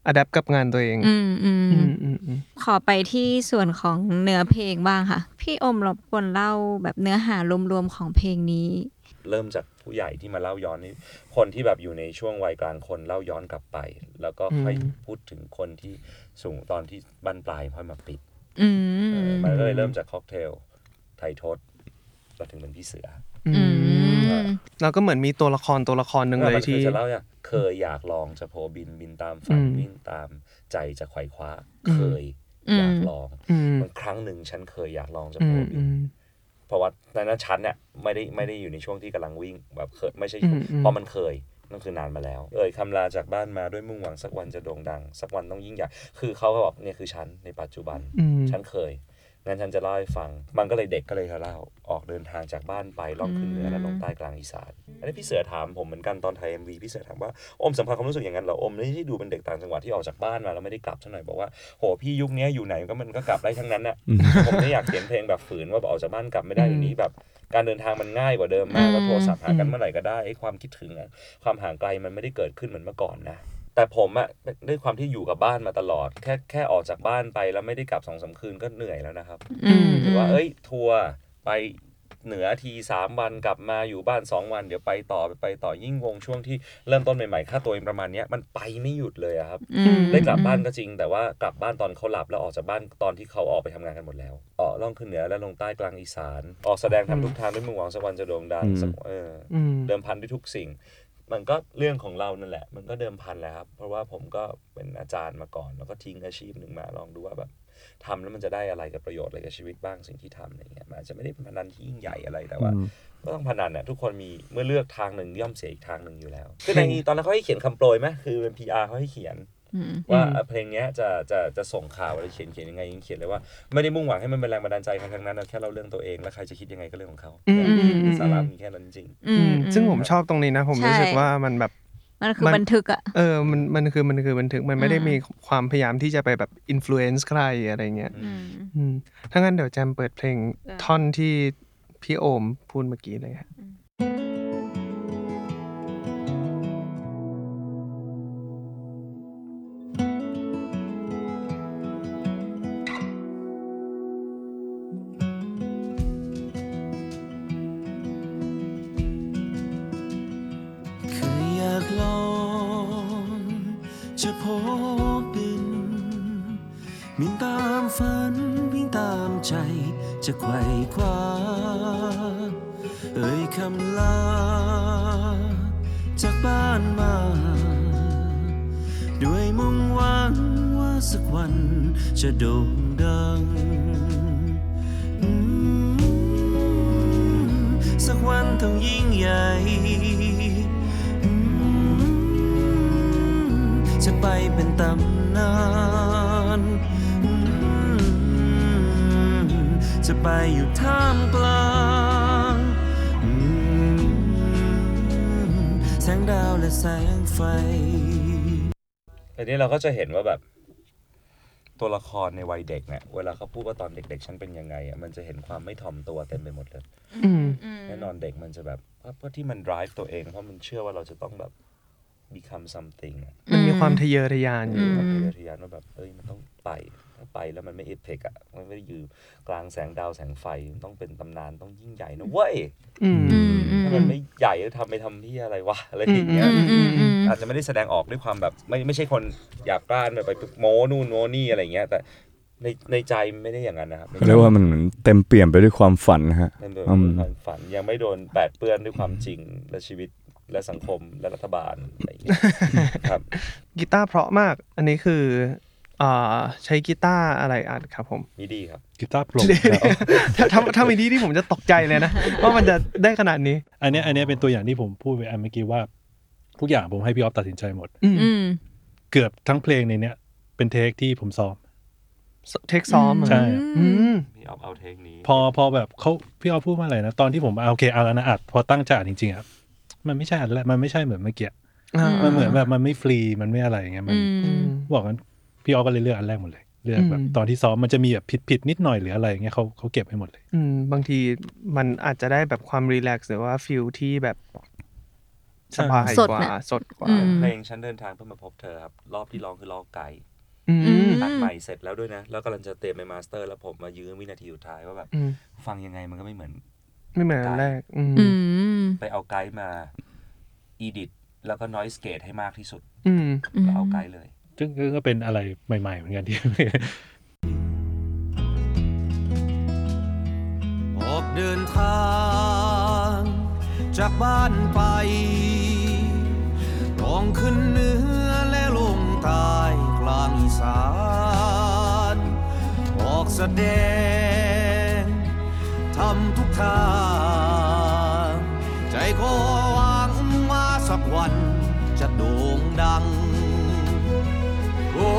อะแดปกับงานตัวเองอืมอืมอืมอืมอืมขอไปที่ส่วนของเนื้อเพลงบ้างค่ะพี่อมรบกวนเล่าแบบเนื้อหารวมๆของเพลงนี้เริ่มจากผู้ใหญ่ที่มาเล่าย้อนนี่คนที่แบบอยู่ในช่วงวัยกลางคนเล่าย้อนกลับไปแล้วก็ค่อยพูดถึงคนที่สูงตอนที่บั้นปลายค่อยมาปิดอืมมันก็เลยเริ่มจากค็อกเทลไททศแล้วถึงเป็นพี่เสืออืมแล้วก็เหมือนมีตัวละครตัวละครนึงเลยที่จะเล่าอย่างเคยอยากลองจะโผบินบินตามฝันวิ่งตามใจจะไขว่คว้าเคยอยากลองมันครั้งหนึ่งฉันเคยอยากลองจะโผบินเพราะว่าในนั้นฉันเนี่ยไม่ได้ไม่ได้อยู่ในช่วงที่กำลังวิ่งแบบเคยไม่ใช่เพราะมันเคยนั่นคือนานมาแล้วเอ่ยคำลาจากบ้านมาด้วยมุ่งหวังสักวันจะโด่งดังสักวันต้องยิ่งใหญ่คือเขาก็บอกเนี่ยคือฉันในปัจจุบันฉันเคยงั้นฉันจะเล่าให้ฟังมันก็เลยเด็กก็เลยเล่าออกเดินทางจากบ้านไปล่องขึ้นเหนือและลงใต้กลางอีสานอันนี้พี่เสือถามผมเหมือนกันตอนไทย เอ็ม วี พี่เสือถามว่าอมสัมผัสความรู้สึกอย่างนั้นเหรออมไม่ได้ดูเป็นเด็กต่างจังหวัดที่ออกจากบ้านมาแล้วไม่ได้กลับเท่าไหร่บอกว่าโหพี่ยุคนี้อยู่ไหนก็มันก็กลับได้ทั้งนั้นน่ะ ผมไม่อยากเขียนเพลงแบบฝืนว่าออกจากบ้านกลับไม่ได้อย่างนี้แบบการเดินทางมันง่ายกว่าเดิมมากแล้วโทรศัพท์หากันเมื่อไหร่ก็ได้ไอ้ความคิดถึงความห่างไกลมันไม่ได้เกิดขึ้นเหมือนเมื่อก่อนนะแต่ผมอะด้วยความที่อยู่กับบ้านมาตลอดแค่แค่ออกจากบ้านไปแล้วไม่ได้กลับ สองถึงสาม คืนก็เหนื่อยแล้วนะครับหรือว่าเอ้ยทัวร์ไปเหนือทีสามวันกลับมาอยู่บ้านสองวันเดี๋ยวไปต่อไปไปต่อยิ่งวงช่วงที่เริ่มต้นใหม่ๆค่าตัวเองประมาณนี้มันไปไม่หยุดเลยครับได้กลับบ้านก็จริงแต่ว่ากลับบ้านตอนเขาหลับแล้วออกจากบ้านตอนที่เขาออกไปทำงานกันหมดแล้วออกล่องขึ้นเหนือและลงใต้กลางอีสานออกแสดงทำทุกทางด้วยมุ่งหวังสักวันจะโด่งดังเออเดิมพันด้วยทุกสิ่งมันก็เรื่องของเรานั่นแหละมันก็เดิมพันแล้วครับเพราะว่าผมก็เป็นอาจารย์มาก่อนแล้วก็ทิ้งอาชีพหนึ่งมาลองดูว่าแบบทำแล้วมันจะได้อะไรกับประโยชน์อะไรกับชีวิตบ้างสิ่งที่ทำอะไรเงี้ยมันอาจจะไม่ได้เป็นพนันที่ยิ่งใหญ่อะไรแต่ว่าก็ต้องพนันเนี่ยทุกคนมีเมื่อเลือกทางหนึ่งย่อมเสียอีกทางหนึ่งอยู่แล้วคือในตอนนั้นเขาให้เขียนคำโปรยไหมคือเป็น พี อาร์ เขาให้เขียนว่าเพลงนี้จะจะจะส่งข่าวอะไรเขียนเขียนยังไงยังเขียนเลยว่าไม่ได้มุ่งหวังให้มันเป็นแรงบันดาลใจทั้งนั้นแค่เล่าเรื่องตัวเองแล้วใครจะคิดยังไงก็เรื่องของเขาสาระมีแค่นั้นจริงซึ่งผมชอบตรงนี้นะผมรู้สึกว่ามันแบบมันคือบันทึกอะเออมันมันคือมันคือบันทึกมันไม่ได้มีความพยายามที่จะไปแบบอิมโฟเรนซ์ใครอะไรเงี้ยถ้างั้นเดี๋ยวแจมเปิดเพลงท่อนที่พี่โอมพูดเมื่อกี้เลยครับจะพบบินบินตามฝันวิ่งตามใจจะไขว่คว้าเอ่ยคำลาจากบ้านมาด้วยมุ่งหวังว่าสักวันจะโด่งดังสักวันต้องยิ่งใหญ่จะไปเป็นตำนานจะไปอยู่ท่ามกลางแสงดาวและแสงไฟทีนี้เราก็จะเห็นว่าแบบตัวละครในวัยเด็กเนี่ยเวลาเขาพูดว่าตอนเด็กๆฉันเป็นยังไงอ่ะมันจะเห็นความไม่ถ่อมตัวเต็มไปหมดเลยแน่นอนเด็กมันจะแบบเพราะที่มัน drive ตัวเองเพราะมันเชื่อว่าเราจะต้องแบบbecome something มันมีความทะเยอทะยานอยู่ทะเยอทะยานว่าแบบเอ้ยมันต้องไปถ้าไปแล้วมันไม่เอฟเฟกต์อ่ะมันไม่ได้อยู่กลางแสงดาวแสงไฟต้องเป็นตำนานต้องยิ่งใหญ่นะเว้ยถ้ามันไม่ใหญ่แล้วทำไปทำที่อะไรวะอะไรอย่างเงี้ยอาจจะไม่ได้แสดงออกด้วยความแบบไม่ไม่ใช่คนอยากกล้าไปโม้นู่นโม้นี่อะไรเงี้ยแต่ในในใจไม่ได้อย่างนั้นนะครับเรียกว่ามันเหมือนเต็มเปี่ยมไปด้วยความฝันฮะเต็มเปี่ยมไปด้วยความฝันยังไม่โดนแปดเปื้อนด้วยความจริงและชีวิตและสังคมและรัฐบาลอะไรอย่างเงี้ยครับกีตาร์เพราะมากอันนี้คืออ่าใช้กีตาร์อะไรอัดครับผมมิดีครับกีตาร์โปร่งถ้าถ้ามิดีที่ผมจะตกใจเลยนะว่ามันจะได้ขนาดนี้อันนี้อันนี้เป็นตัวอย่างที่ผมพูดไปอันเมื่อกี้ว่าทุกอย่างผมให้พี่ออฟตัดสินใจหมดเกือบทั้งเพลงในเนี้ยเป็นเทคที่ผมซ้อมเทคซ้อมใช่พี่ออฟเอาเทคนี้พอพอแบบเขาพี่ออฟพูดมาอะไรนะตอนที่ผมโอเคเอาแล้วนะอัดพอตั้งใจอัดจริงๆครับมันไม่ใช่อันแรกมันไม่ใช่เหมือนเมื่อกี้มันเหมือนแบบมันไม่ฟรีมันไม่อะไรอย่างเงี้ยมันบอกกันพี่ออฟก็เลยเลือกอันแรกหมดเลยเลือกแบบตอนที่ซ้อมมันจะมีแบบผิดๆนิดหน่อยหรืออะไรอย่างเงี้ยเขาเขาเก็บให้หมดเลยอืมบางทีมันอาจจะได้แบบความรีแลกซ์หรือว่าฟีลที่แบบสบายสดกว่าน่ะสดกว่าอืมเพลงฉันเดินทางเพื่อมาพบเธอครับรอบที่ร้องคือร้องไกด์อืมตัดใหม่เสร็จแล้วด้วยนะแล้วกำลังจะเตรียมไปมาสเตอร์แล้วผมมายื้อวินาทีสุดท้ายว่าแบบอืมฟังยังไงมันก็ไม่เหมือนไม่เหมือนอันแรกอืมอืมไปเอาไกด์มาอีดิทแล้วก็นอยส์เกตให้มากที่สุดอืมแล้วเอาไกด์เลยซึ่งก็เป็นอะไรใหม่ๆเหมือนกันที่ออกเดินทางจากบ้านไปต้องขึ้นเหนือและลงใต้กลางอีสานออกแสดงทำทุกทางใจก็หวังว่าสักวันจะโด่งดังโอ้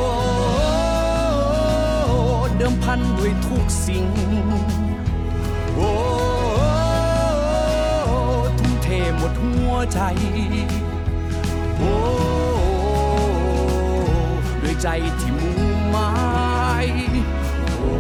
เดิมพันด้วยทุกสิ่งโอ้ทุ่มเทหมดหัวใจโอ้ด้วยใจที่มุ่งหมายโอ้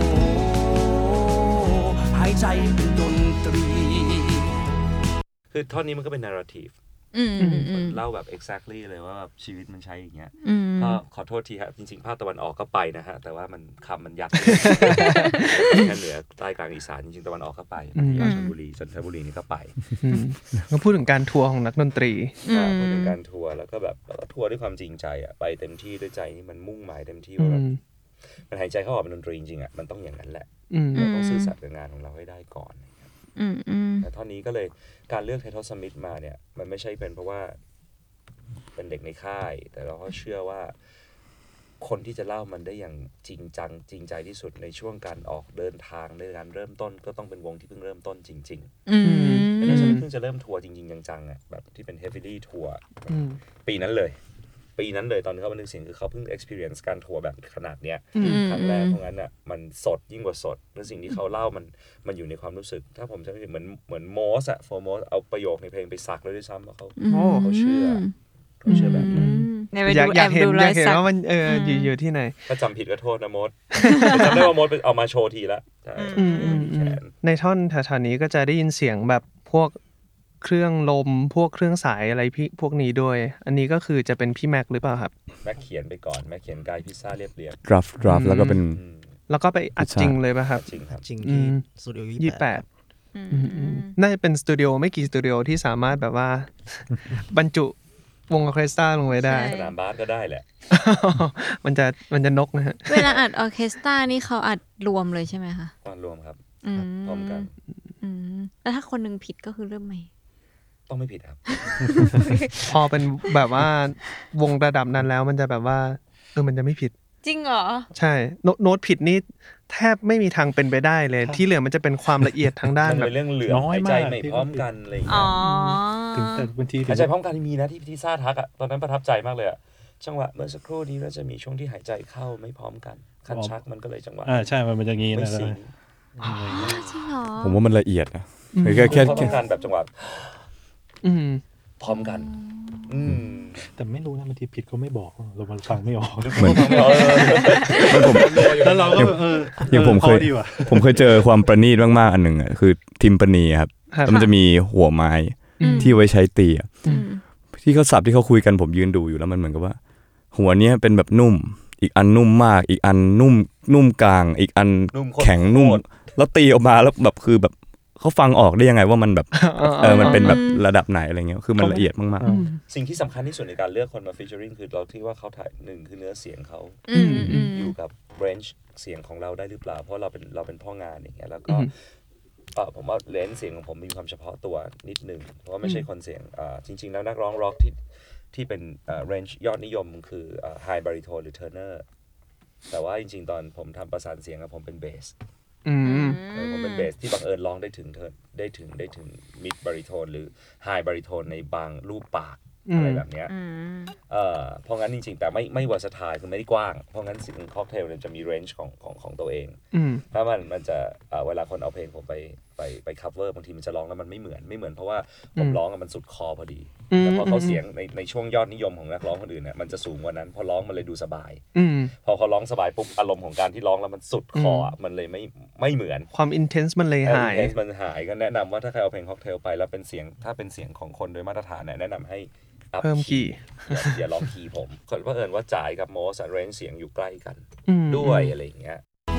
หายใจเป็นดนตรีคือท่อนนี้มันก็เป็น narrative อืมอืมอืมันมเล่าแบบ exactly เลยว่าแบบชีวิตมันใช้อย่างเงี้ยอืมก็ขอโทษทีครับจริงๆภาคตะวันออกก็ไปนะฮะแต่ว่ามันคำมันยัก แค่เหนือใต้กลางอีสานจริงๆตะวันออกก็ไปพัทยาชลบุรีจันทบุรีนี่ก็ไปอืมมาพูดถึงการทัวร์ของนักดนตรีอืมพูดถึงการทัวร์แล้วก็แบบแล้วก็ทัวร์ด้วยความจริงใจอ่ะไปเต็มที่ด้วยใจนี่มันมุ่งหมายเต็มที่อืว่าแบบมมันหายใจเข้าออกเป็นดนตรีจริงๆอ่ะมันต้องอย่างนั้นแหละอืมเราต้องซื่อสัตย์กับงานของเราให้ได้ก่อนอืมอืมแต่ท่อนนี้ก็เลยการเลือกไททอลสมิธมาเนี่ยมันไม่ใช่เป็นเพราะว่าเป็นเด็กในค่ายแต่เราก็เชื่อว่าคนที่จะเล่ามันได้อย่างจริงจังจริงใจที่สุดในช่วงการออกเดินทางในการเริ่มต้นก็ต้องเป็นวงที่เพิ่งเริ่มต้นจริงๆอืมไททอลสมิธเพิ่งจะเริ่มทัวร์จริงๆจังๆอ่ะแบบที่เป็น heavily ทัวร์อืมปีนั้นเลยปีนั้นเลยตอนที่เขาบันทึกเสียงคือเขาเพิ่ง experience การทัวร์แบบขนาดเนี้ยอืมครั้งแรกเพราะงั้นอ่ะมันสดยิ่งกว่าสดและสิ่งที่เขาเล่ามันมันอยู่ในความรู้สึก ถ้าผมจะไม่ผิดเหมือนเหมือนโมสอะโฟโมสเอาประโยคในเพลงไปสักเลยด้วยซ้ำว่าเขาโอ้เขาเชื่อเขาเชื่อแบบนั้นเนี่ยไปอยากดูอแอยากบเห็นดูอรอยากเห็นสักว่ามันเอออมอยู่อยู่ที่ไหนถ้าจำผิดก็โทษนะโมด จำได้ว่าโมดเอามาโชว์ทีละใช่อืมอืมมีอืแขมนในท่อนแถวๆนี้ก็จะได้ยินเสียงแบบพวกเครื่องลมพวกเครื่องสายอะไรพี่พวกนี้ด้วย อันนี้ก็คือจะเป็นพี่แม็กหรือเปล่าครับแม็กเขียนไปก่อนแม็กเขียนไกด์พิซซ่าเรียบเรียง draft draft แล้วก็เป็นอืมแล้วก็ไปอัดจริงเลยป่ะครับจริงครับจริงอืที่มสตูดิโอยี่ยี่สิสิบบ แปแปดดอืมอืมอืมน่าจะเป็นสตูดิโอไม่กี่สตูดิโอที่สามารถแบบว่า บรรจุวงออร์เคสตราลงไว้ได้สนามบาสก็ได้แหละมันจะมันจะนกนะฮะเวลาอัดออร์เคสตรานี่เขาอัดรวมเลยใช่ไหมคะตอนรวมครับอืมพร้อมกันอืมแล้วถ้าคนหนึงผิดก็คือเริ่มใหม่ต้องไม่ผิดครับพอเป็นแบบว่าวงระดับนั้นแล้วมันจะแบบว่าเออมันจะไม่ผิดจริงเหรอใช่โนโน้ตผิดนี่แทบไม่มีทางเป็นไปได้เลย ที่เหลือมันจะเป็นความละเอียดทางด้านมันแบเป็บนเรื่องเหลือมน้อยหายมากใจไม่พร้อมกันอะไรอย่างอ๋เงี้อยถึงแต่บางทีถึหาง ยใจพร้อมกันมีนะที่ที่ซ่าทักอ่ะตอนนั้นประทับใจมากเลยอ่ะจังหวะเมื่อสักครู่นี้เราจะมีช่วงที่หายใจเข้าไม่พร้อมกันคันชักมันก็เลยจังหวะอ่าใช่มันเป็นอย่างงี้ไม่นะซิงค์จริงเหรอผมว่ามันละเอียดนะแค่แค่เขาต้แค่องการแบบจังหวะอืมพร้อมกัน อืมแต่ไม่รู้นะบางทีผิดก็ไม่บอกเรามันฟังไม่ออกเหมือนแล้วเราก็แบบเอออย่างผมเคยพอดีว่ะผมเคยเจอความประณีตมากๆอันหนึ่งอ่ะคือทิมปานีครับครับแล้วมันจะมีหัวไม้อืมที่ไว้ใช้ตีอะอืมที่เขาสับที่เขาคุยกันผมยืนดูอยู่แล้วมันเหมือนกับว่า หัวเนี้ยเป็นแบบนุ่ม อีกอันนุ่มมาก อีกอันนุ่มนุ่มกลาง อีกอันนุ่มโคตรแข็งนุ่ม แล้วตีออกมาแล้วแบบคือแบบเขาฟังออกได้ยังไงว่ามันแบบเออมันเป็นแบบระดับไหนอะไรเงี้ยคือมันละเอียดมากอืมสิ่งที่สำคัญที่สุดในการเลือกคนมาฟีเจอริงคือเราที่ว่าเขาถ่ายหนึ่งคือเนื้อเสียงเขาอืมอืมอยู่กับเรนจ์เสียงของเราได้หรือเปล่า เพราะเราเป็นเราเป็นพ่องานอย่างเงี้ยแล้วก็อืมเออผมว่าเรนจ์เสียงของผมมีความเฉพาะตัวนิดนึงเพราะว่าไม่ใช่คนเสียงอ่าจริง ๆ แล้วนักร้องร็อกที่ที่เป็นเรนจ์ยอดนิยมคือไฮบาริโทนหรือเทอร์เนอร์แต่ว่าจริง ๆ ตอนผมทำประสานเสียงอะผมเป็นเบสอืมเออผมเป็นเบสที่บังเอิญร้องได้ถึงเธอได้ถึงได้ถึงมิดบาริโทนหรือไฮบาริโทนในบางรูปปากอืมอะไรแบบเนี้ยอืมเอเอ่อเพราะงั้นจริงๆแต่ไม่ไม่วัสทายคือไม่ได้กว้างเพราะงั้นสิ่งค็อกเทลเนี่ยจะมีเรนจ์ของของของตัวเองถ้ามันมันจะเอ่อเวลาคนเอาเพลงผมไปไปไปคัฟเวอร์บางทีมันจะร้องแล้วมันไม่เหมือนไม่เหมือนเพราะว่าผมร้องมันสุดคอพอดีแต่พอเขาเสียงในในช่วงยอดนิยมของนักร้องคนอื่นเนี่ยมันจะสูงกว่านั้นพอร้องมันเลยดูสบายพอเขาร้องสบายปุ๊บอารมณ์ของการที่ร้องแล้วมันสุดคอมันเลยไม่ไม่เหมือนความอินเทนส์มันเลยหายอินเทนส์มันหายก็แนะนำว่าถ้าใครเอาเพลงค็อกเทลไปแล้วเป็นเสียงถ้าเป็นเสียงของคนโดยมาตรฐานเนี่ยแนะนำให้เพิ่มคีย์อย่าลองคีย์ผมเพราะเอิญว่าจ่ายกับโมสเรนจ์เสียงอยู่ใกล้กันด้วยอะไรอย่างเงี้ย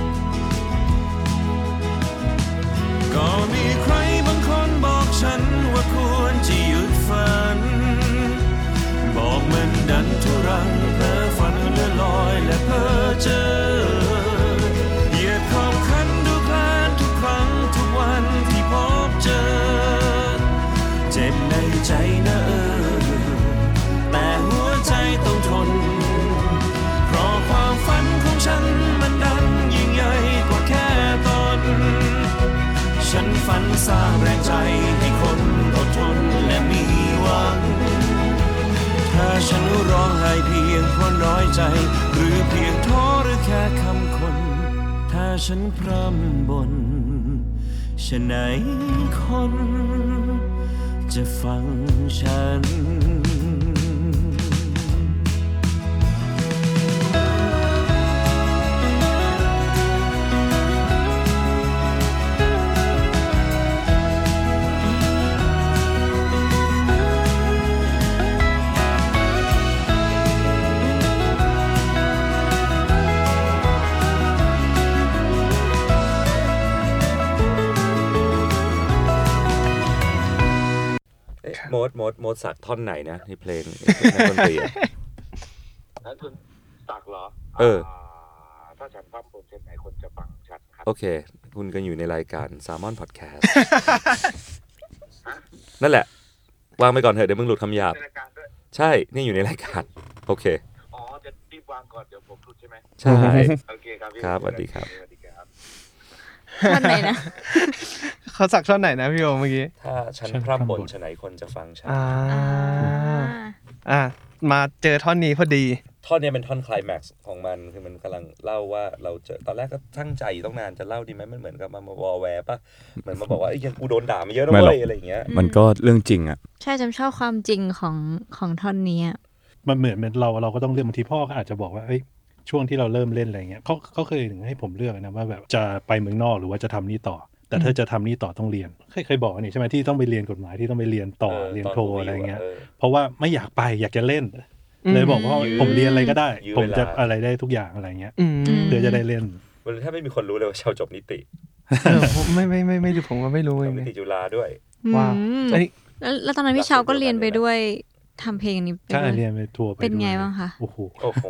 ก็มีใครบางคนบอกฉันว่าควรจะหยุดฝันบอกมันดันทุรังเพ้อฝันเลื่อนลอยและเพ้อเจอเหยียดขอบคันดูแคลนทุกครั้งทุกวันที่พบเจอเจ็บในใจนะเออแต่หัวใจต้องทนเพราะความฝันของฉันมันดันยิ่งใหญ่กว่าแค่ตนฉันฝันสร้างแรงใจให้คนอดทนและมีหวังถ้าฉันร้องไห้เพียงเพราะน้อยใจหรือเพียงท้อหรือแค่คำคนถ้าฉันพร่ำบ่นฉะไหนคนจะฟังฉันโมดโมดโมดสักท่อนไหนนะในเพลงในดนตรีนั่นคุณสักเหรอเออถ้าฉันฟังบนเช่นไหนคนจะฟังฉันครับโอเคคุณก็อยู่ในรายการ Salmon Podcast นั่นแหละวางไปก่อนเถอะเดี๋ยวมึงหลุดคำหยาบใช่นี่อยู่ในรายการโอเคอ๋อจะรีบวางก่อนเดี๋ยวผมหลุดใช่ไหมใช่โอเคครับครับสวัสดีครับท่อนไหนนะเขาสักท่อนไหนนะพี่โอเมื่อกี้ถ้าฉันพร่ำบ่นฉะไหนคนจะฟังฉันอ่าอ่ามาเจอท่อนนี้พอดีท่อนนี้เป็นท่อนไคลแม็กซ์ของมันคือมันกำลังเล่าว่าเราเจอตอนแรกก็ตั้งใจต้องนานจะเล่าดีไหมมันเหมือนกับมามาวอลแวร์ป่ะเหมือนมาบอกว่าไอ้ยังกูโดนด่ามาเยอะนะเว้ยอะไรอย่างเงี้ยมันก็เรื่องจริงอ่ะใช่จำชอบความจริงของของท่อนนี้มันเหมือนเป็นเราเราก็ต้องเลือกบางทีพ่อก็อาจจะบอกว่าเฮ้ยช่วงที่เราเริ่มเล่นอะไรเงี้ยเขาเขาเคยถึงให้ผมเลือกนะว่าแบบจะไปเมืองนอกหรือว่าจะทำนี่ต่อแต่ถ้าจะทำนี่ต่อต้องเรียนเคยเคยบอกนี่ใช่ไหมที่ต้องไปเรียนกฎหมายที่ต้องไปเรียนต่อเรียนโทอะไรเงี้ยเพราะว่าไม่อยากไปอยากจะเล่นเลยบอกว่าผมเรียนอะไรก็ได้ผมจะอะไรได้ทุกอย่างอะไรเงี้ยเพื่อจะได้เล่นวันถ้าไม่มีคนรู้เลยว่าชาวจบนิติไม่ไม่ไม่ไม่รู้ผมก็ไม่รู้นิติจุฬาด้วยว้าวแล้วตอนนั้นพี่ชาวก็เรียนไปด้วยทำเพลงนี้ไปด้วยใช่เรียนไปทัวร์ไปเป็นไงบ้างคะโอ้โหโอ้โห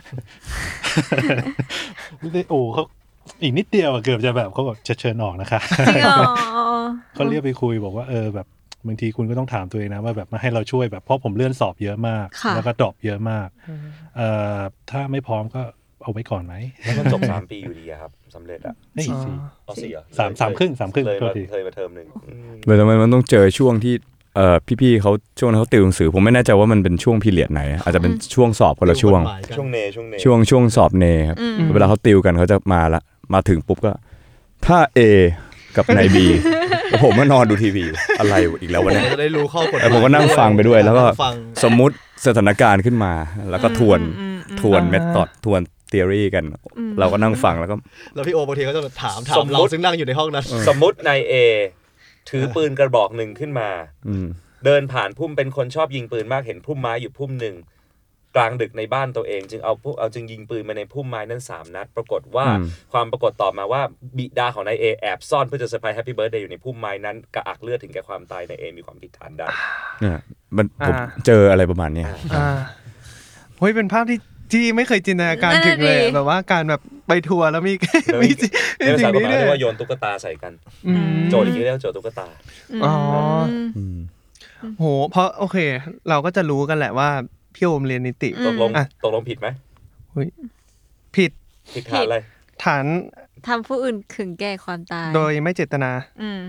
โอ้เขาอีกนิดเดียวเกือบจะแบบเขาบอกจะเชิญออกนะคะเขาเรียกไปคุยบอกว่าเออแบบบางทีคุณก็ต้องถามตัวเองนะว่าแบบมาให้เราช่วยแบบเพราะผมเลื่อนสอบเยอะมากแล้วก็ดรอปเยอะมากเอ่อถ้าไม่พร้อมก็เอาไว้ก่อนไหมแล้วมันจบสามปีอยู่ดีครับสำเร็จอ่ะไม่สี่อ๋อสี่เหรอสามสามครึ่งสามครึ่งเลยเคยมาเทอมนึงเลยทำไมมันต้องเจอช่วงที่เอ่อพี่ๆเขาช่วงนั้นเขาติวหนังสือผมไม่แน่ใจว่ามันเป็นช่วงพีเรียดไหนอาจจะเป็นช่วงสอบคนละช่วงช่วงเนช่วงเนช่วงช่วงสอบเนครับเวลาเขาติวกันเขาจะมาละมาถึงปุ๊บก็ถ้า A กับนาย B ผมก็นอนดูทีวีอะไรอีกแล้ววันนี้จะได้รู้ข้อกฎหมายผมก็นั่งฟังไปด้วยแล้วก็สมมุติสถานการณ์ขึ้นมาแล้วก็ทวนทวนเมธอดทวนทฤษฎีกันเราก็นั่งฟังแล้วก็แล้วพี่โอบางทีก็จะถามถามเราซึ่งนั่งอยู่ในห้องนั้นสมมุตินาย A ถือปืนกระบอกหนึ่งขึ้นมาเดินผ่านพุ่มเป็นคนชอบยิงปืนมากเห็นพุ่มไม้อยู่พุ่มหนึ่งกลางดึกในบ้านตัวเองจึงเอาเอาจึงยิงปืนมาในพุ่มไม้นั้นสามนัดปรากฏว่าความปรากฏต่อมาว่าบิดาของนายเอแอบซ่อนเพื่อจะเซอร์ไพรส์แฮปปี้เบิร์ธเดย์อยู่ในพุ่มไม้นั้นกระอักเลือดถึงแก่ความตายนายเอมีความผิดฐานได้เนี่ยมันผมเจออะไรประมาณนี้อ่าเฮ้ยเป็นภาพที่ที่ไม่เคยจินตนาการถึงเลยแบบว่าการแบบไปทัวร์แล้วมีมีสิ่งนี้ด้วยว่าโยนตุ๊กตาใส่กันโจทย์อีกเรื่องโจทย์ตุ๊กตาอ๋อโหเพราะโอเคเราก็จะรู้กันแหละว่าพี่โอมเรียนนิติตกลงตกลงผิดไหมผิดผิดฐานอะไรฐานทำผู้อื่นถึงแก่ความตายโดยไม่เจตนาอืม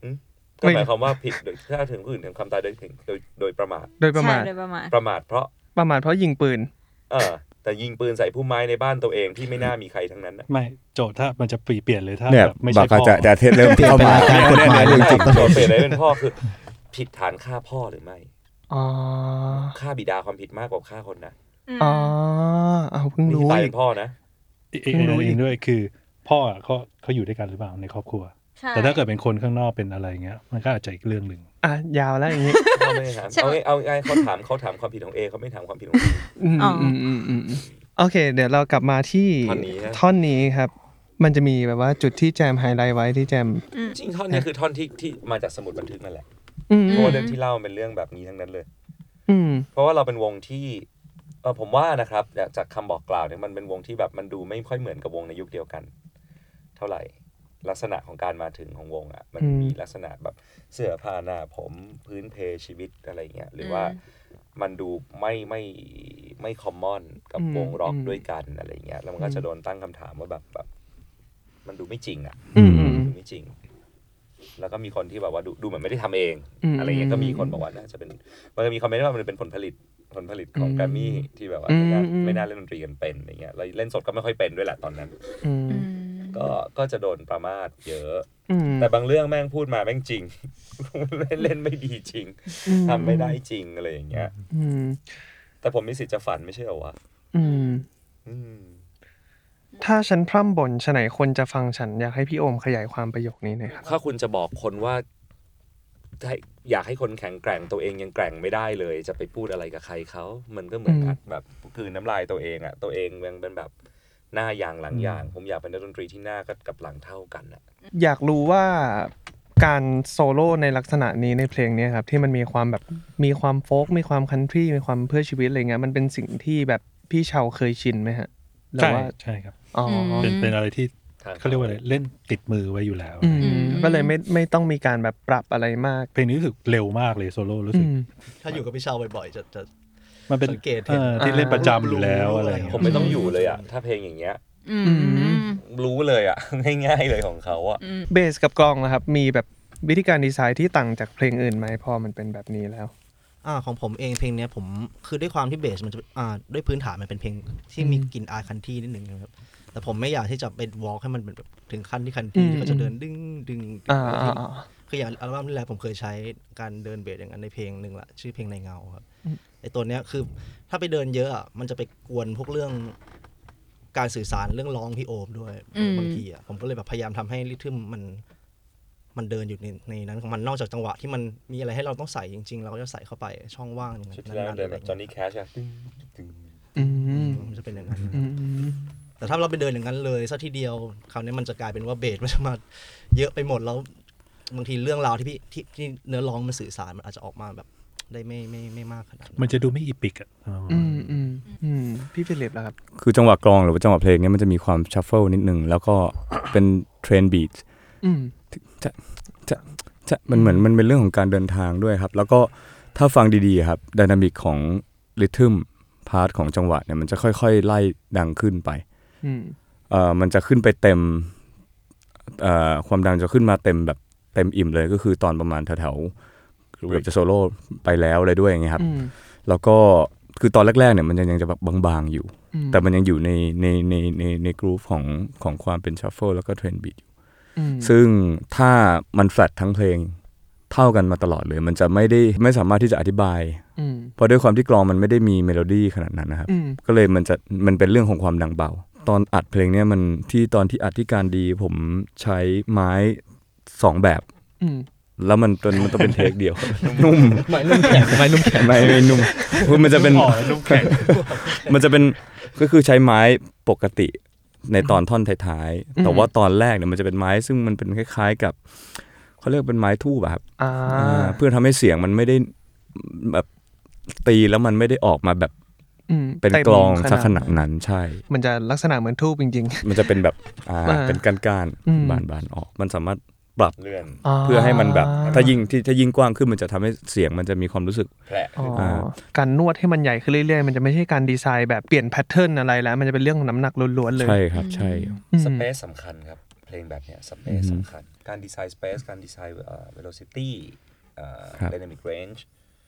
ก็หมายความว่าผิดโดยถ้าถึงผู้อื่นถึงความตายโดยโดยโดยประมาทโดยประมาทประมาทเพราะประมาทเพราะยิงปืนเออแต่ยิงปืนใส่ผู้ไม้ในบ้านตัวเองที่ไม่น่ามีใครทั้งนั้นนะไม่โจทย์ถ้ามันจะเปลี่ยนเลยถ้าเนี่ยแบบไม่ใช่พ่อจะจะเทศเริ่มเข้ามาการกฎหมายเรื่องจริงโจทย์เปลี่ยนเลยเป็นพ่อคือผิดฐานฆ่าพ่อหรือไม่อ๋อฆ่าบิดาความผิดมากกว่าฆ่าคนนะอ๋อเอาเพิ่งรู้ตายเป็นพ่อนะอีกอีกด้วยคือพ่อเขาเขาอยู่ด้วยกันหรือเปล่าในครอบครัวแต่ถ้าเกิดเป็นคนข้างนอกเป็นอะไรเงี้ยมันก็อาจจะอีกเรื่องนึงอ่ะยาวแล้วอย่างงี้เอาไม่ถามเอาเอาไงเขาถามเขาถามความผิดของเอเขาไม่ถามความผิดของอืมอืมอืมโอเคเดี๋ยวเรากลับมาที่ท่อนนี้ท่อนนี้ครับมันจะมีแบบว่าจุดที่แจมไฮไลท์ไว้ที่แจมจริงท่อนนี้คือท่อนที่ที่มาจากสมุดบันทึกนั่นแหละเพราะว่าเรื่องที่เล่าเป็นเรื่องแบบนี้ทั้งนั้นเลยเพราะว่าเราเป็นวงที่เออผมว่านะครับจากคำบอกกล่าวเนี่ยมันเป็นวงที่แบบมันดูไม่ค่อยเหมือนกับวงในยุคเดียวกันเท่าไหร่ลักษณะของการมาถึงของวงอ่ะมันมีลักษณะแบบเสื้อผ้าหน้าผมพื้นเพชีวิตอะไรเงี้ยหรือว่ามันดูไม่ไม่ไม่คอมมอนกับวงร็อกด้วยกันอะไรเงี้ยแล้วมันก็จะโดนตั้งคำถามว่าแบบแบบมันดูไม่จริงอ่ะดูไม่จริงแล้วก็มีคนที่แบบว่าดูดูเหมือนไม่ได้ทำเองอะไรเงี้ยก็มีคนบอกว่าน่าจะเป็นมันจะมีคอมเมนต์ว่ามันเป็นผลผลิตผลผลิตของแกรมมี่ที่แบบว่าไม่น่าไม่น่าเล่นดนตรีกันเป็นอะไรเงี้ยแล้วเล่นสดก็ไม่ค่อยเป็นด้วยแหละตอนนั้นก็ก็จะโดนประมาทเยอะแต่บางเรื่องแม่งพูดมาแม่งจริงเล่นเล่นไม่ดีจริงทำไม่ได้จริงอะไรอย่างเงี้ยแต่ผมมีสิทธิ์จะฝันไม่ใช่เหรอวะถ้าฉันพร่ำบ่นฉะไหนคนจะฟังฉันอยากให้พี่โอมขยายความประโยคนี้หน่อยครับถ้าคุณจะบอกคนว่าอยากให้คนแข็งแกร่งตัวเองยังแกร่งไม่ได้เลยจะไปพูดอะไรกับใครเขามันก็เหมือนอัดแบบคืนน้ำลายตัวเองอ่ะตัวเองยังเป็นแบบหน้าอย่างหลังอย่างผมอยากเป็นนักดนตรีที่หน้ากับหลังเท่ากันอ่ะอยากรู้ว่าการโซโล่ในลักษณะนี้ในเพลงนี้ครับที่มันมีความแบบมีความโฟล์กมีความคันทรีมีความเพื่อชีวิตอะไรเงี้ยมันเป็นสิ่งที่แบบพี่เชาเคยชินไหมฮะใช่ใช่ครับอ๋อเป็นเป็นอะไรที่เขาเรียกว่าอะไรเล่นติดมือไว้อยู่แล้วก็เลยไม่ไม่ต้องมีการแบบปรับอะไรมากเพลงนี้รู้สึกเร็วมากเลยโซโล่รู้สึกถ้าอยู่กับพี่เชาบ่อยๆจะจะมันเป็นเกตที่เล่นประจำอยู่แล้วอะไรผมไม่ต้องอยู่เลยอ่ะถ้าเพลงอย่างเงี้ยรู้เลยอ่ะง่ายๆเลยของเขาอ่ะเบสกับกลองนะครับมีแบบวิธีการดีไซน์ที่ต่างจากเพลงอื่นไหมพอมันเป็นแบบนี้แล้วอ่าของผมเองเพลงเนี้ยผมคือด้วยความที่เบสมันจะอ่าด้วยพื้นฐานมันเป็นเพลงที่มีกลิ่นอายคันทรีนิดนึงนะครับแต่ผมไม่อยากที่จะเป็นวอล์กให้มันเป็นแบบถึงขั้นที่คันทรีที่เขาจะเดินดึงดึงคืออย่างอัลบั้มที่แล้วผมเคยใช้การเดินเบสอย่างนั้นในเพลงนึงละชื่อเพลงในเงาครับไอตัวเนี้ยคือถ้าไปเดินเยอะอ่ะมันจะไปกวนพวกเรื่องการสื่อสารเรื่องร้องพี่โอมด้วยบางทีอ่ะผมก็เลยแบบพยายามทำให้ริทึมมันมันเดินอยู่ในในนั้นของมันนอกจากจังหวะที่มันมีอะไรให้เราต้องใส่จริงๆเราก็จะใส่เข้าไปช่องว่างอย่างนั้นนั่นๆเลยแบบจอห์นนี่แคชอ่ะมันจะเป็นอย่างนั้นแต่ถ้าเราไปเดินอย่างนั้นเลยซะทีเดียวคราวนี้มันจะกลายเป็นว่าเบสมันจะมาเยอะไปหมดแล้วบางทีเรื่องราวที่พี่ที่ที่เนื้อร้องมันสื่อสารมันอาจจะออกมาแบบได้ไม่ไม่ไม่มากขนาดมันจะดูไม่อีปิกอ่ะอืมอืมอืมพี่ฟิลิปล่ะครับคือจังหวะกลองหรือว่าจังหวะเพลงนี้มันจะมีความชัฟเฟิลนิดนึงแล้วก็เป็นเทรนบีทจะจะจะมันเหมือนมันเป็นเรื่องของการเดินทางด้วยครับแล้วก็ถ้าฟังดีๆครับไดนามิกของริทึมพาร์ทของจังหวะเนี่ยมันจะค่อยๆไล่ดังขึ้นไปเอ่อมันจะขึ้นไปเต็มเอ่อความดังจะขึ้นมาเต็มแบบเต็มอิ่มเลยก็คือตอนประมาณแถวๆเกือบจะโซโล่ไปแล้วเลยด้วยอย่างเงี้ยครับแล้วก็คือตอนแรกๆเนี่ยมันยังจะแบบบางๆอยู่แต่มันยังอยู่ในในในในในกรูฟของของความเป็นชัฟเฟิลแล้วก็เทรนบีทอยู่ซึ่งถ้ามันแฟลตทั้งเพลงเท่ากันมาตลอดเลยมันจะไม่ได้ไม่สามารถที่จะอธิบายเพราะด้วยความที่กลองมันไม่ได้มีเมโลดี้ขนาดนั้นนะครับก็เลยมันจะมันเป็นเรื่องของความดังเบาตอนอัดเพลงเนี้ยมันที่ตอนที่อัดที่การดีผมใช้ไม้สองแบบแล้วมันเป็นมันต้องเป็นเทคเดียวนุ่มไม้นุ่มแข็งไม้นุ่มแข็งไม้ไม่นุ่มคือมันจะเป็นมันจะเป็นก็คือใช้ไม้ปกติในตอนท่อนท้ายๆแต่ว่าตอนแรกเนี่ยมันจะเป็นไม้ซึ่งมันเป็นคล้ายๆกับเขาเรียกเป็นไม้ทูบอะครับเพื่อทำให้เสียงมันไม่ได้แบบตีแล้วมันไม่ได้ออกมาแบบเป็นกลองซะขนาดนั้นใช่มันจะลักษณะเหมือนทูบจริงๆมันจะเป็นแบบอ่าเป็นก้านๆบานๆออกมันสามารถปรับเลื่อนเพื่อให้มันแบบถ้ายิ่งที่ถ้ายิ่งกว้างขึ้นมันจะทำให้เสียงมันจะมีความรู้สึกแผลการนวดให้มันใหญ่ขึ้นเรื่อยๆมันจะไม่ใช่การดีไซน์แบบเปลี่ยนแพทเทิร์นอะไรแล้วมันจะเป็นเรื่องของน้ำหนักล้วนๆเลยใช่ครับใช่สเปซสำคัญครับเพลงแบบเนี้ยสเปซสำคัญการดีไซน์สเปซการดีไซน์เอ่อ velocity เอ่อ dynamic range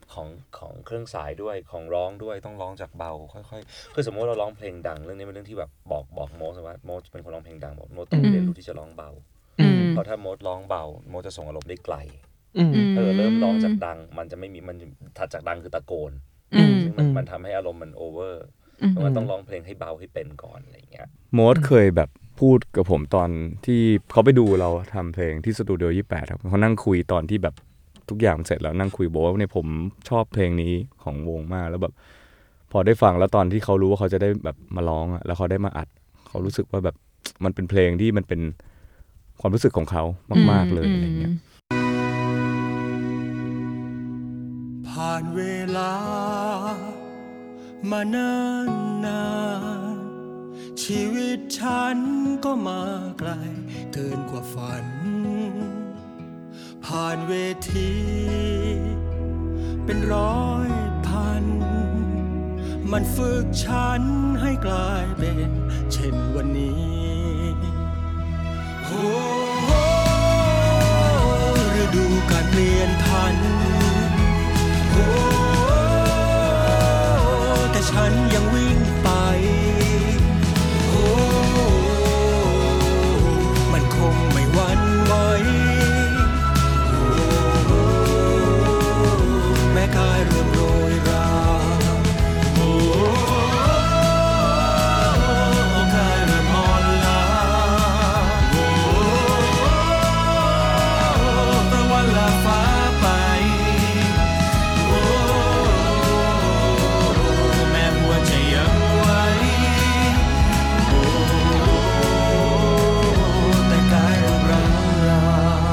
ของของเครื่องสายด้วยของร้องด้วยต้องร้องจากเบาค่อยๆคือสมมติเราร้องเพลงดังเรื่องนี้เป็นเรื่องที่แบบบอกบอกโมสว่าโมสเป็นคนร้องเพลงดังบอกโมต้องเรียนรู้ที่จะร้องเบาเพราะถ้าโมสร้องเบาโมสจะส่งอารมณ์ได้ไกลถ้าเราเริ่มร้องจากดังมันจะไม่มีมันถัดจากดังคือตะโกนซึ่งมันมันทำให้อารมณ์มันโอเวอร์เพราะว่าต้องร้องเพลงให้เบาให้เป็นก่อนอะไรอย่างเงี้ยโมสเคยแบบพูดกับผมตอนที่เขาไปดูเราทำเพลงที่สตูดิโอยี่สิบแปดครับเขานั่งคุยตอนที่แบบทุกอย่างเสร็จแล้วนั่งคุยบอกว่าเนี่ยผมชอบเพลงนี้ของวงมากแล้วแบบพอได้ฟังแล้วตอนที่เขารู้ว่าเขาจะได้แบบมาร้องอ่ะแล้วเขาได้มาอัดเขารู้สึกว่าแบบมันเป็นเพลงที่มันเป็นความรู้สึกของเขามากๆเลยอะไรเงี้ยผ่านเวลามานานนานชีวิตฉันก็มาไกลเกินกว่าฝันผ่านเวทีเป็นร้อยพันมันฝึกฉันให้กลายเป็นเช่นวันนี้โอ้ฤดูการเปลี่ยนผันโอ้แต่ฉันยังวิ่งไปโอ้มันคงไม่หวั่นไหวแม้กายเริ่มโรยราโอ้กายเริ่มอ่อนล้าโอ้ประวันลาฟ้าไปโอ้แม้หัวใจยังไหวโอ้แต่กายเริ่มร้าวราน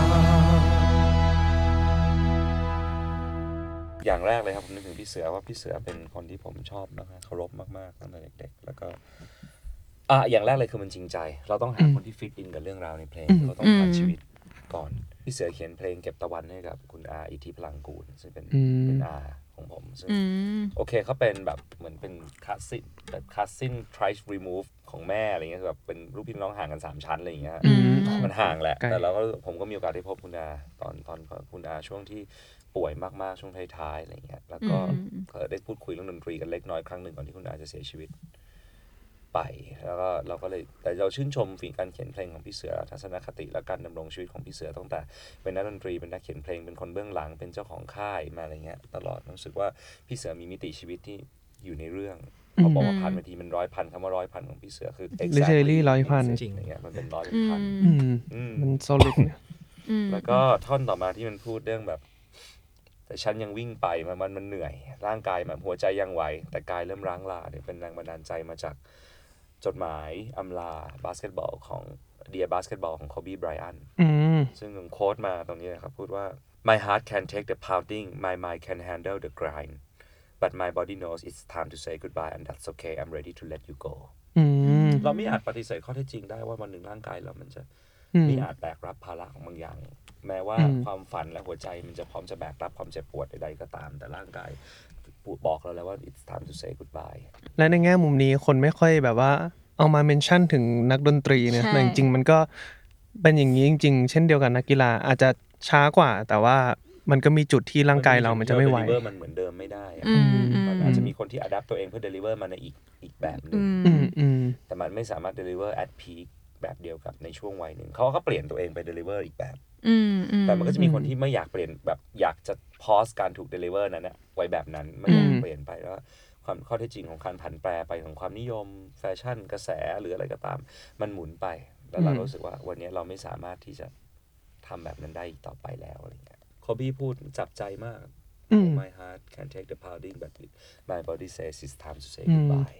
อย่างแรกเลยครับผมนึกถึงพี่เสือว่าพี่เสือเป็นคนที่ผมชอบมากเคารพมากๆตั้งแต่เด็กๆแล้วก็อ่ะอย่างแรกเลยคือมันจริงใจเราต้องหาคนที่ฟิตอินกับเรื่องราวในเพลงเราต้องผ่านชีวิตก่อนพี่เสือเขียนเพลงเก็บตะวันให้กับคุณอาอิทธิพลังกูลซึ่งเป็นเป็นอาของผมซึ่งโอเคเขาเป็นแบบเหมือนเป็นคัสซินแบบคัสซินไทรส์รีมูฟของแม่อะไรเงี้ยแบบเป็นลูกพี่น้องห่างกันสามชั้นอะไรอย่างเงี้ยมันห่างแหละแต่เราก็ผมก็มีโอกาสได้พบคุณอาตอนตอนคุณอาช่วงที่ป่วยมากๆช่วงท้ายๆอะไรเงี้ยแล้วก็ได้พูดคุยเรื่องดนตรีกันเล็กน้อยครั้งหนึ่งก่อนที่คุณอาจะเสียชีวิตไปแล้วก็เราก็เลยแต่เราชื่นชมฝีการเขียนเพลงของพี่เสือทัศนคติและการดำรงชีวิตของพี่เสือตั้งแต่เป็นนักดนตรีเป็นนักเขียนเพลงเป็นคนเบื้องหลังเป็นเจ้าของค่ายมาอะไรเงี้ยตลอดรู้สึกว่าพี่เสือมีมิติชีวิตที่อยู่ในเรื่องเขาบอกว่าพันบางทีมันร้อยพันคำว่าร้อยพันของพี่เสือคือ literally ร้อยพันจริงอะไรเงี้ยมันเป็นร้อยพันมัน solid แล้วก็ท่อนต่อมาที่มันพูดเรื่องแบบแต่ฉันยังวิ่งไปมันมันมันเหนื่อยร่างกายแบบหัวใจยังไหวแต่กายเริ่มร้างลาเนี่ยเป็นแรงบันดาลใจมาจากจดหมายอำลาบาสเกตบอลของ Dear Basketball ของ Kobe Bryant ซึ่งผมโค้ดมาตรงนี้นะครับพูดว่า My heart can take the pounding my mind can handle the grind but my body knows it's time to say goodbye and that's okay I'm ready to let you go เราไม่อาจปฏิเสธข้อเท็จจริงได้ว่าวันหนึ่งร่างกายเรามันจะไม่อาจแบกรับภาระของบางอย่างแม้ว่าความฝันและหัวใจมันจะพร้อมจะแบกรับความเจ็บปวดใดๆก็ตามแต่ร่างกายบอกเราแล้วว่า it's time to say goodbye และในแง่มุมนี้คนไม่ค่อยแบบว่าเอามาเมนชั่นถึงนักดนตรีเนี่ยแต่จริงๆมันก็เป็นอย่างนี้จริงๆเช่นเดียวกันนักกีฬาอาจจะช้ากว่าแต่ว่ามันก็มีจุดที่ร่างกายเรามันจะไม่ไหว deliver มันเหมือนเดิมไม่ได้มันอาจจะมีคนที่ adapt ตัวเองเพื่อ deliver มันในอีกอีกแบบนึงแต่มันไม่สามารถ deliver at peak แบบเดียวกับในช่วงวัยหนึ่งเขาก็เปลี่ยนตัวเองไป deliver อีกแบบแต่มันก็จะมีคนที่ไม่อยากเปลี่ยนแบบอยากจะ pause การถูก deliver นั้นนะไว้แบบนั้นไม่อยากเปลี่ยนไปแล้วความข้อเท็จจริงของการผันแปรไปของความนิยมแฟชั่นกระแสหรืออะไรก็ตามมันหมุนไปแล้วเรารู้สึกว่าวันนี้เราไม่สามารถที่จะทำแบบนั้นได้อีกต่อไปแล้วอะไรเงี้ยคอบี้พูดจับใจมาก My heart can take the pounding but my body says it's time to say goodbye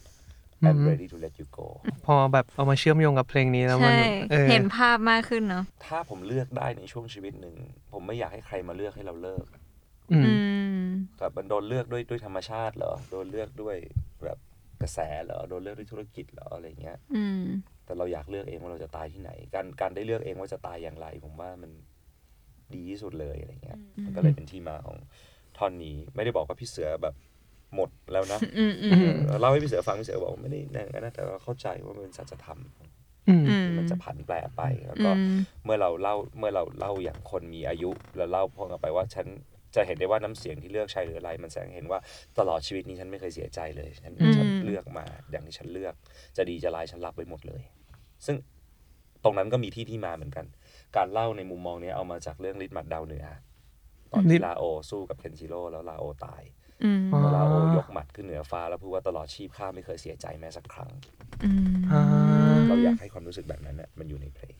I'm ready to let you go พอแบบเอามาเชื่อมโยงกับเพลงนี้แล้วมันเห็นภาพมากขึ้นเนาะถ้าผมเลือกได้ในช่วงชีวิตหนึ่งผมไม่อยากให้ใครมาเลือกให้เราเลิกแต่มันโดนเลือกด้วยด้วยธรรมชาติเหรอโดนเลือกด้วยแบบกระแสเหรอโดนเลือกด้วยธุรกิจเหรออะไรเงี้ยแต่เราอยากเลือกเองว่าเราจะตายที่ไหนการการได้เลือกเองว่าจะตายอย่างไรผมว่ามันดีที่สุดเลยอะไรเงี้ยมันก็เลยเป็นที่มาของท่อนนี้ไม่ได้บอกว่าพี่เสือแบบหมดแล้วนะเล่าให้พี่เสือฟังพี่เสือบอกไม่ได้นั่นนะแต่ว่าเข้าใจว่ามันเป็นสัจธรรมมันจะผันแปรไปแล้วก็เมื่อเราเล่าเมื่อเราเล่าอย่างคนมีอายุแล้วเล่าพอกันไปว่าฉันจะเห็นได้ว่าน้ำเสียงที่เลือกใช้หรืออะไรมันแสดงเห็นว่าตลอดชีวิตนี้ฉันไม่เคยเสียใจเลยฉันฉันเลือกมาอย่างที่ฉันเลือกจะดีจะร้ายฉันรับไว้หมดเลยซึ่งตรงนั้นก็มีที่ที่มาเหมือนกันการเล่าในมุมมองนี้เอามาจากเรื่องฤทธิ์หมัดดาวเหนือตอนที่ลาโอสู้กับเคนจิโร่แล้วลาโอตายแล้วลาโอยกหมัดขึ้นเหนือฟ้าแล้วพูดว่าตลอดชีพข้าไม่เคยเสียใจแม้สักครั้งเราอยากให้ความรู้สึกแบบนั้นเนี่ยมันอยู่ในเพลง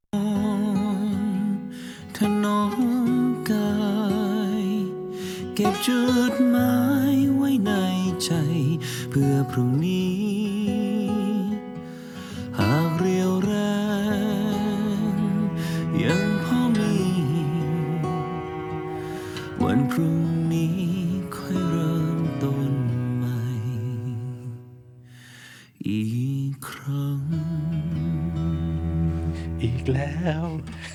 ถนอมกายเก็บจุดหมายไว้ในใจเพื่อพรุ่งนี้หากเรียวแรงยังพอมีวันพรุ่งนี้ค่อยเริ่มต้นใหม่อีกครั้งอีกแล้ว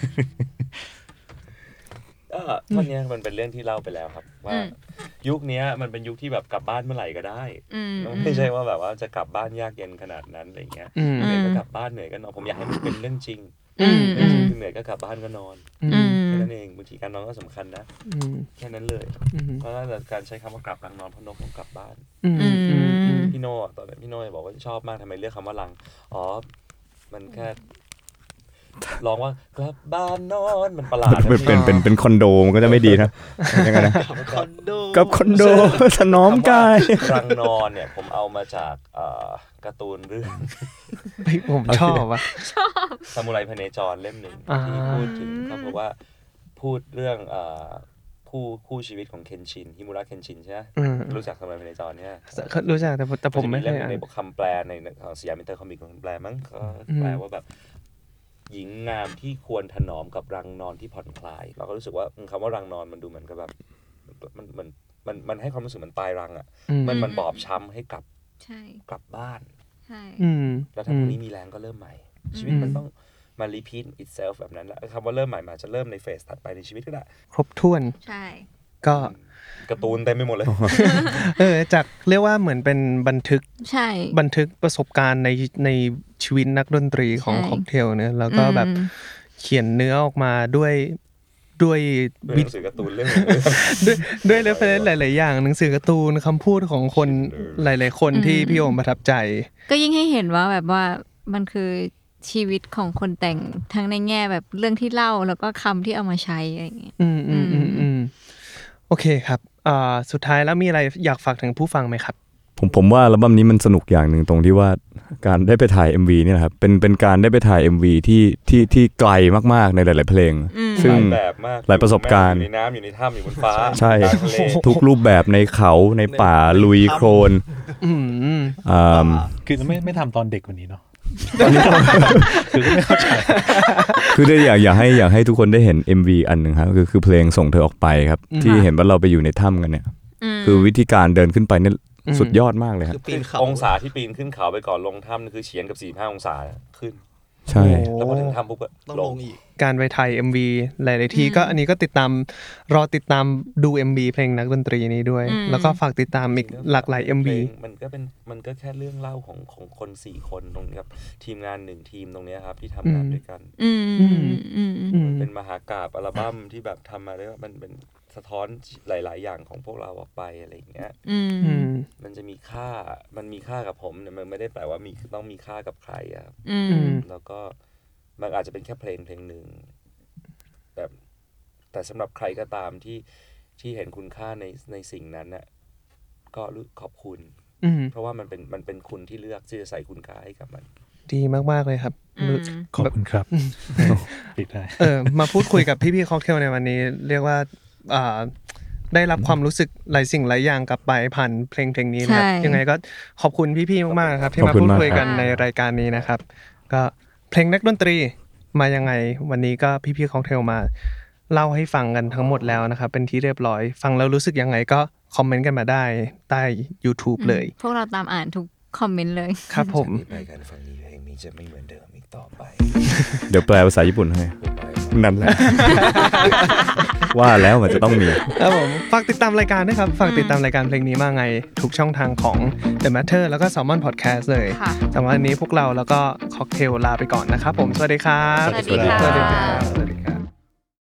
ก็ท่อนนี้มันเป็นเรื่องที่เล่าไปแล้วครับว่ายุคนี้มันเป็นยุคที่แบบกลับบ้านเมื่อไหร่ก็ได้ไม่ใช่ว่าแบบว่าจะกลับบ้านยากเย็นขนาดนั้นอะไรเงี้ยเหนื่อยก็กลับบ้านเหนื่อยก็นอนผมอยากให้มันเป็นเรื่องจริงเหนื่อยก็กลับบ้านก็นอนแค่นั้นเองบางทีการนอนก็สำคัญนะแค่นั้นเลยเพราะว่าการใช้คำว่ากลับรังนอนพนกของกลับบ้านพี่โน่ตอนนั้นพี่โน่บอกว่าชอบมากทำไมเลือกคำว่ารังอ๋อมันแค่ร้องว่ากลับบ้านนอนมันประหลาดเป็นเป็นเป็นคอนโดมันก็จะไม่ดีนะยังไงนะคอนโดกับคอนโดถนอมกายรังนอนเนี่ยผมเอามาจากการ์ตูนเรื่องผมชอบว่ะชอบซามูไรพเนจรเล่มหนึ่งที่พูดถึงเขาบอกว่าพูดเรื่องคู่คู่ชีวิตของเคนชินฮิมุระเคนชินใช่ไหมรู้จักซามูไรพเนจรเนี่ยรู้จักแต่แต่ผมไม่เคยอ่านในคำแปลในสยามอินเตอร์คอมิกของแปลมั้งก็แปลว่าแบบหญิงงามที่ควรถนอมกับรังนอนที่ผ่อนคลายเราก็รู้สึกว่าคำว่ารังนอนมันดูเหมือนกับแบบมันมันมันมันให้ความรู้สึกมันตายรังอ่ะมันมันบอบช้ำให้กลับกลับบ้านใช่แล้วถ้าพรุ่งนี้มีแรงก็เริ่มใหม่ชีวิตมันต้องมา repeat itself แบบนั้นแหละคำว่าเริ่มใหม่มาจะเริ่มในเฟสถัดไปในชีวิตก็ได้ครบถ้วนใช่ก็การ์ตูนเต็มไปหมดเลยเออจากเรียกว่าเหมือนเป็นบันทึกใช่บันทึกประสบการณ์ในในชีวิตนักดนตรีของค็อกเทลเนี่ยแล้วก็แบบเขียนเนื้อออกมาด้วยด้วยหนังสือการ์ตูนเรื่องด้วยด้วยเรฟเฟอเรนซ์หลายๆอย่างหนังสือการ์ตูนคำพูดของคนหลายๆคนที่พี่โอมประทับใจก็ยิ่งให้เห็นว่าแบบว่ามันคือชีวิตของคนแต่งทั้งในแง่แบบเรื่องที่เล่าแล้วก็คำที่เอามาใช้อะไรอย่างเงี้ยอืมอืมอืมอืมโอเคครับอ่าสุดท้ายแล้วมีอะไรอยากฝากถึงผู้ฟังไหมครับผมผมว่าอัลบั้มนี้มันสนุกอย่างนึงตรงที่ว่าการได้ไปถ่าย เอ็ม วี เนี่ยนะครับเป็นเป็นการได้ไปถ่าย เอ็ม วี ที่ที่ที่ไกลมากๆในหลายๆเพลงซึ่งหลายประสบการณ์อยู่ในน้ำอยู่ในถ้ำอยู่บนฟ้าใช่ทุกรูปแบบในเขาในป่าลุยโคลนอ่าคือไม่ไม่ทำตอนเด็กกว่านี้เนาะคือไม่เข้าใจคือได้อยากอยากให้อยากให้ทุกคนได้เห็น เอ็ม วี อันนึงครับคือคือเพลงส่งเธอออกไปครับที่เห็นว่าเราไปอยู่ในถ้ำกันเนี่ยคือวิธีการเดินขึ้นไปเนี่ยสุดยอดมากเลยครับองศาที่ปีนขึ้นเขาไปก่อนลงถ้ำนี่คือเฉียงกับสี่สิบห้าองศาขึ้นใช่แล้วพอถึงถ้ำปุ๊บก็ต้องลงอีกการไปถ่าย เอ็ม วี หลายๆที่ก็อันนี้ก็ติดตามรอติดตามดู เอ็ม วี เพลงนักดนตรีนี้ด้วยแล้วก็ฝากติดตามอีกหลากหลาย เอ็ม วีมันก็เป็นมันก็แค่เรื่องเล่าของของคนสี่คนตรงนี้ครับทีมงานหนึ่งทีมตรงนี้ครับที่ทำงานด้วยกันเป็นมหากาพย์อัลบั้มที่แบบทำมาได้ว่ามันเป็นสะท้อนหลายๆอย่างของพวกเราออกไปอะไรอย่างเงี้ยมันจะมีค่ามันมีค่ากับผมเนี่ยมันไม่ได้แปลว่ามีต้องมีค่ากับใครอ่ะแล้วก็มันอาจจะเป็นแค่เพลงเพลงหนึ่งแต่แต่สำหรับใครก็ตามที่ที่เห็นคุณค่าในในสิ่งนั้นน่ะก็ขอบคุณเพราะว่ามันเป็นมันเป็นคุณที่เลือกที่จะใส่คุณค่าให้กับมันดีมากๆเลยครับขอบคุณครับปิดได้เออมาพูดคุยกับพี่ๆค็อกเทลในวันนี้เรียกว่าได้รับความรู้สึกหลายสิ่งหลายอย่างกลับไปผ่านเพลงเพลงนี้นะครับยังไงก็ขอบคุณพี่ๆมากๆครับที่มาพูดคุยกันในรายการนี้นะครับก็เพลงนักดนตรีมายังไงวันนี้ก็พี่ๆค็อกเทลมาเล่าให้ฟังกันทั้งหมดแล้วนะครับเป็นที่เรียบร้อยฟังแล้วรู้สึกยังไงก็คอมเมนต์กันมาได้ใต้ YouTube เลยพวกเราตามอ่านทุกคอมเมนต์เลยครับผมรายการฟังนี้เพลงนี้จะไม่เหมือนเดิมอีกต่อไปเดี๋ยวแปลภาษาญี่ปุ่นให้นั่นแหละว่าแล้วมันจะต้องมีครับผมฝากติดตามรายการด้วยครับฝากติดตามรายการเพลงนี้มาไงทุกช่องทางของ The Matter แล้วก็ Salmon Podcast เลยสำหรับวันนี้พวกเราแล้วก็ค็อกเทลลาไปก่อนนะครับผมสวัสดีครับสวัสดีค่ะ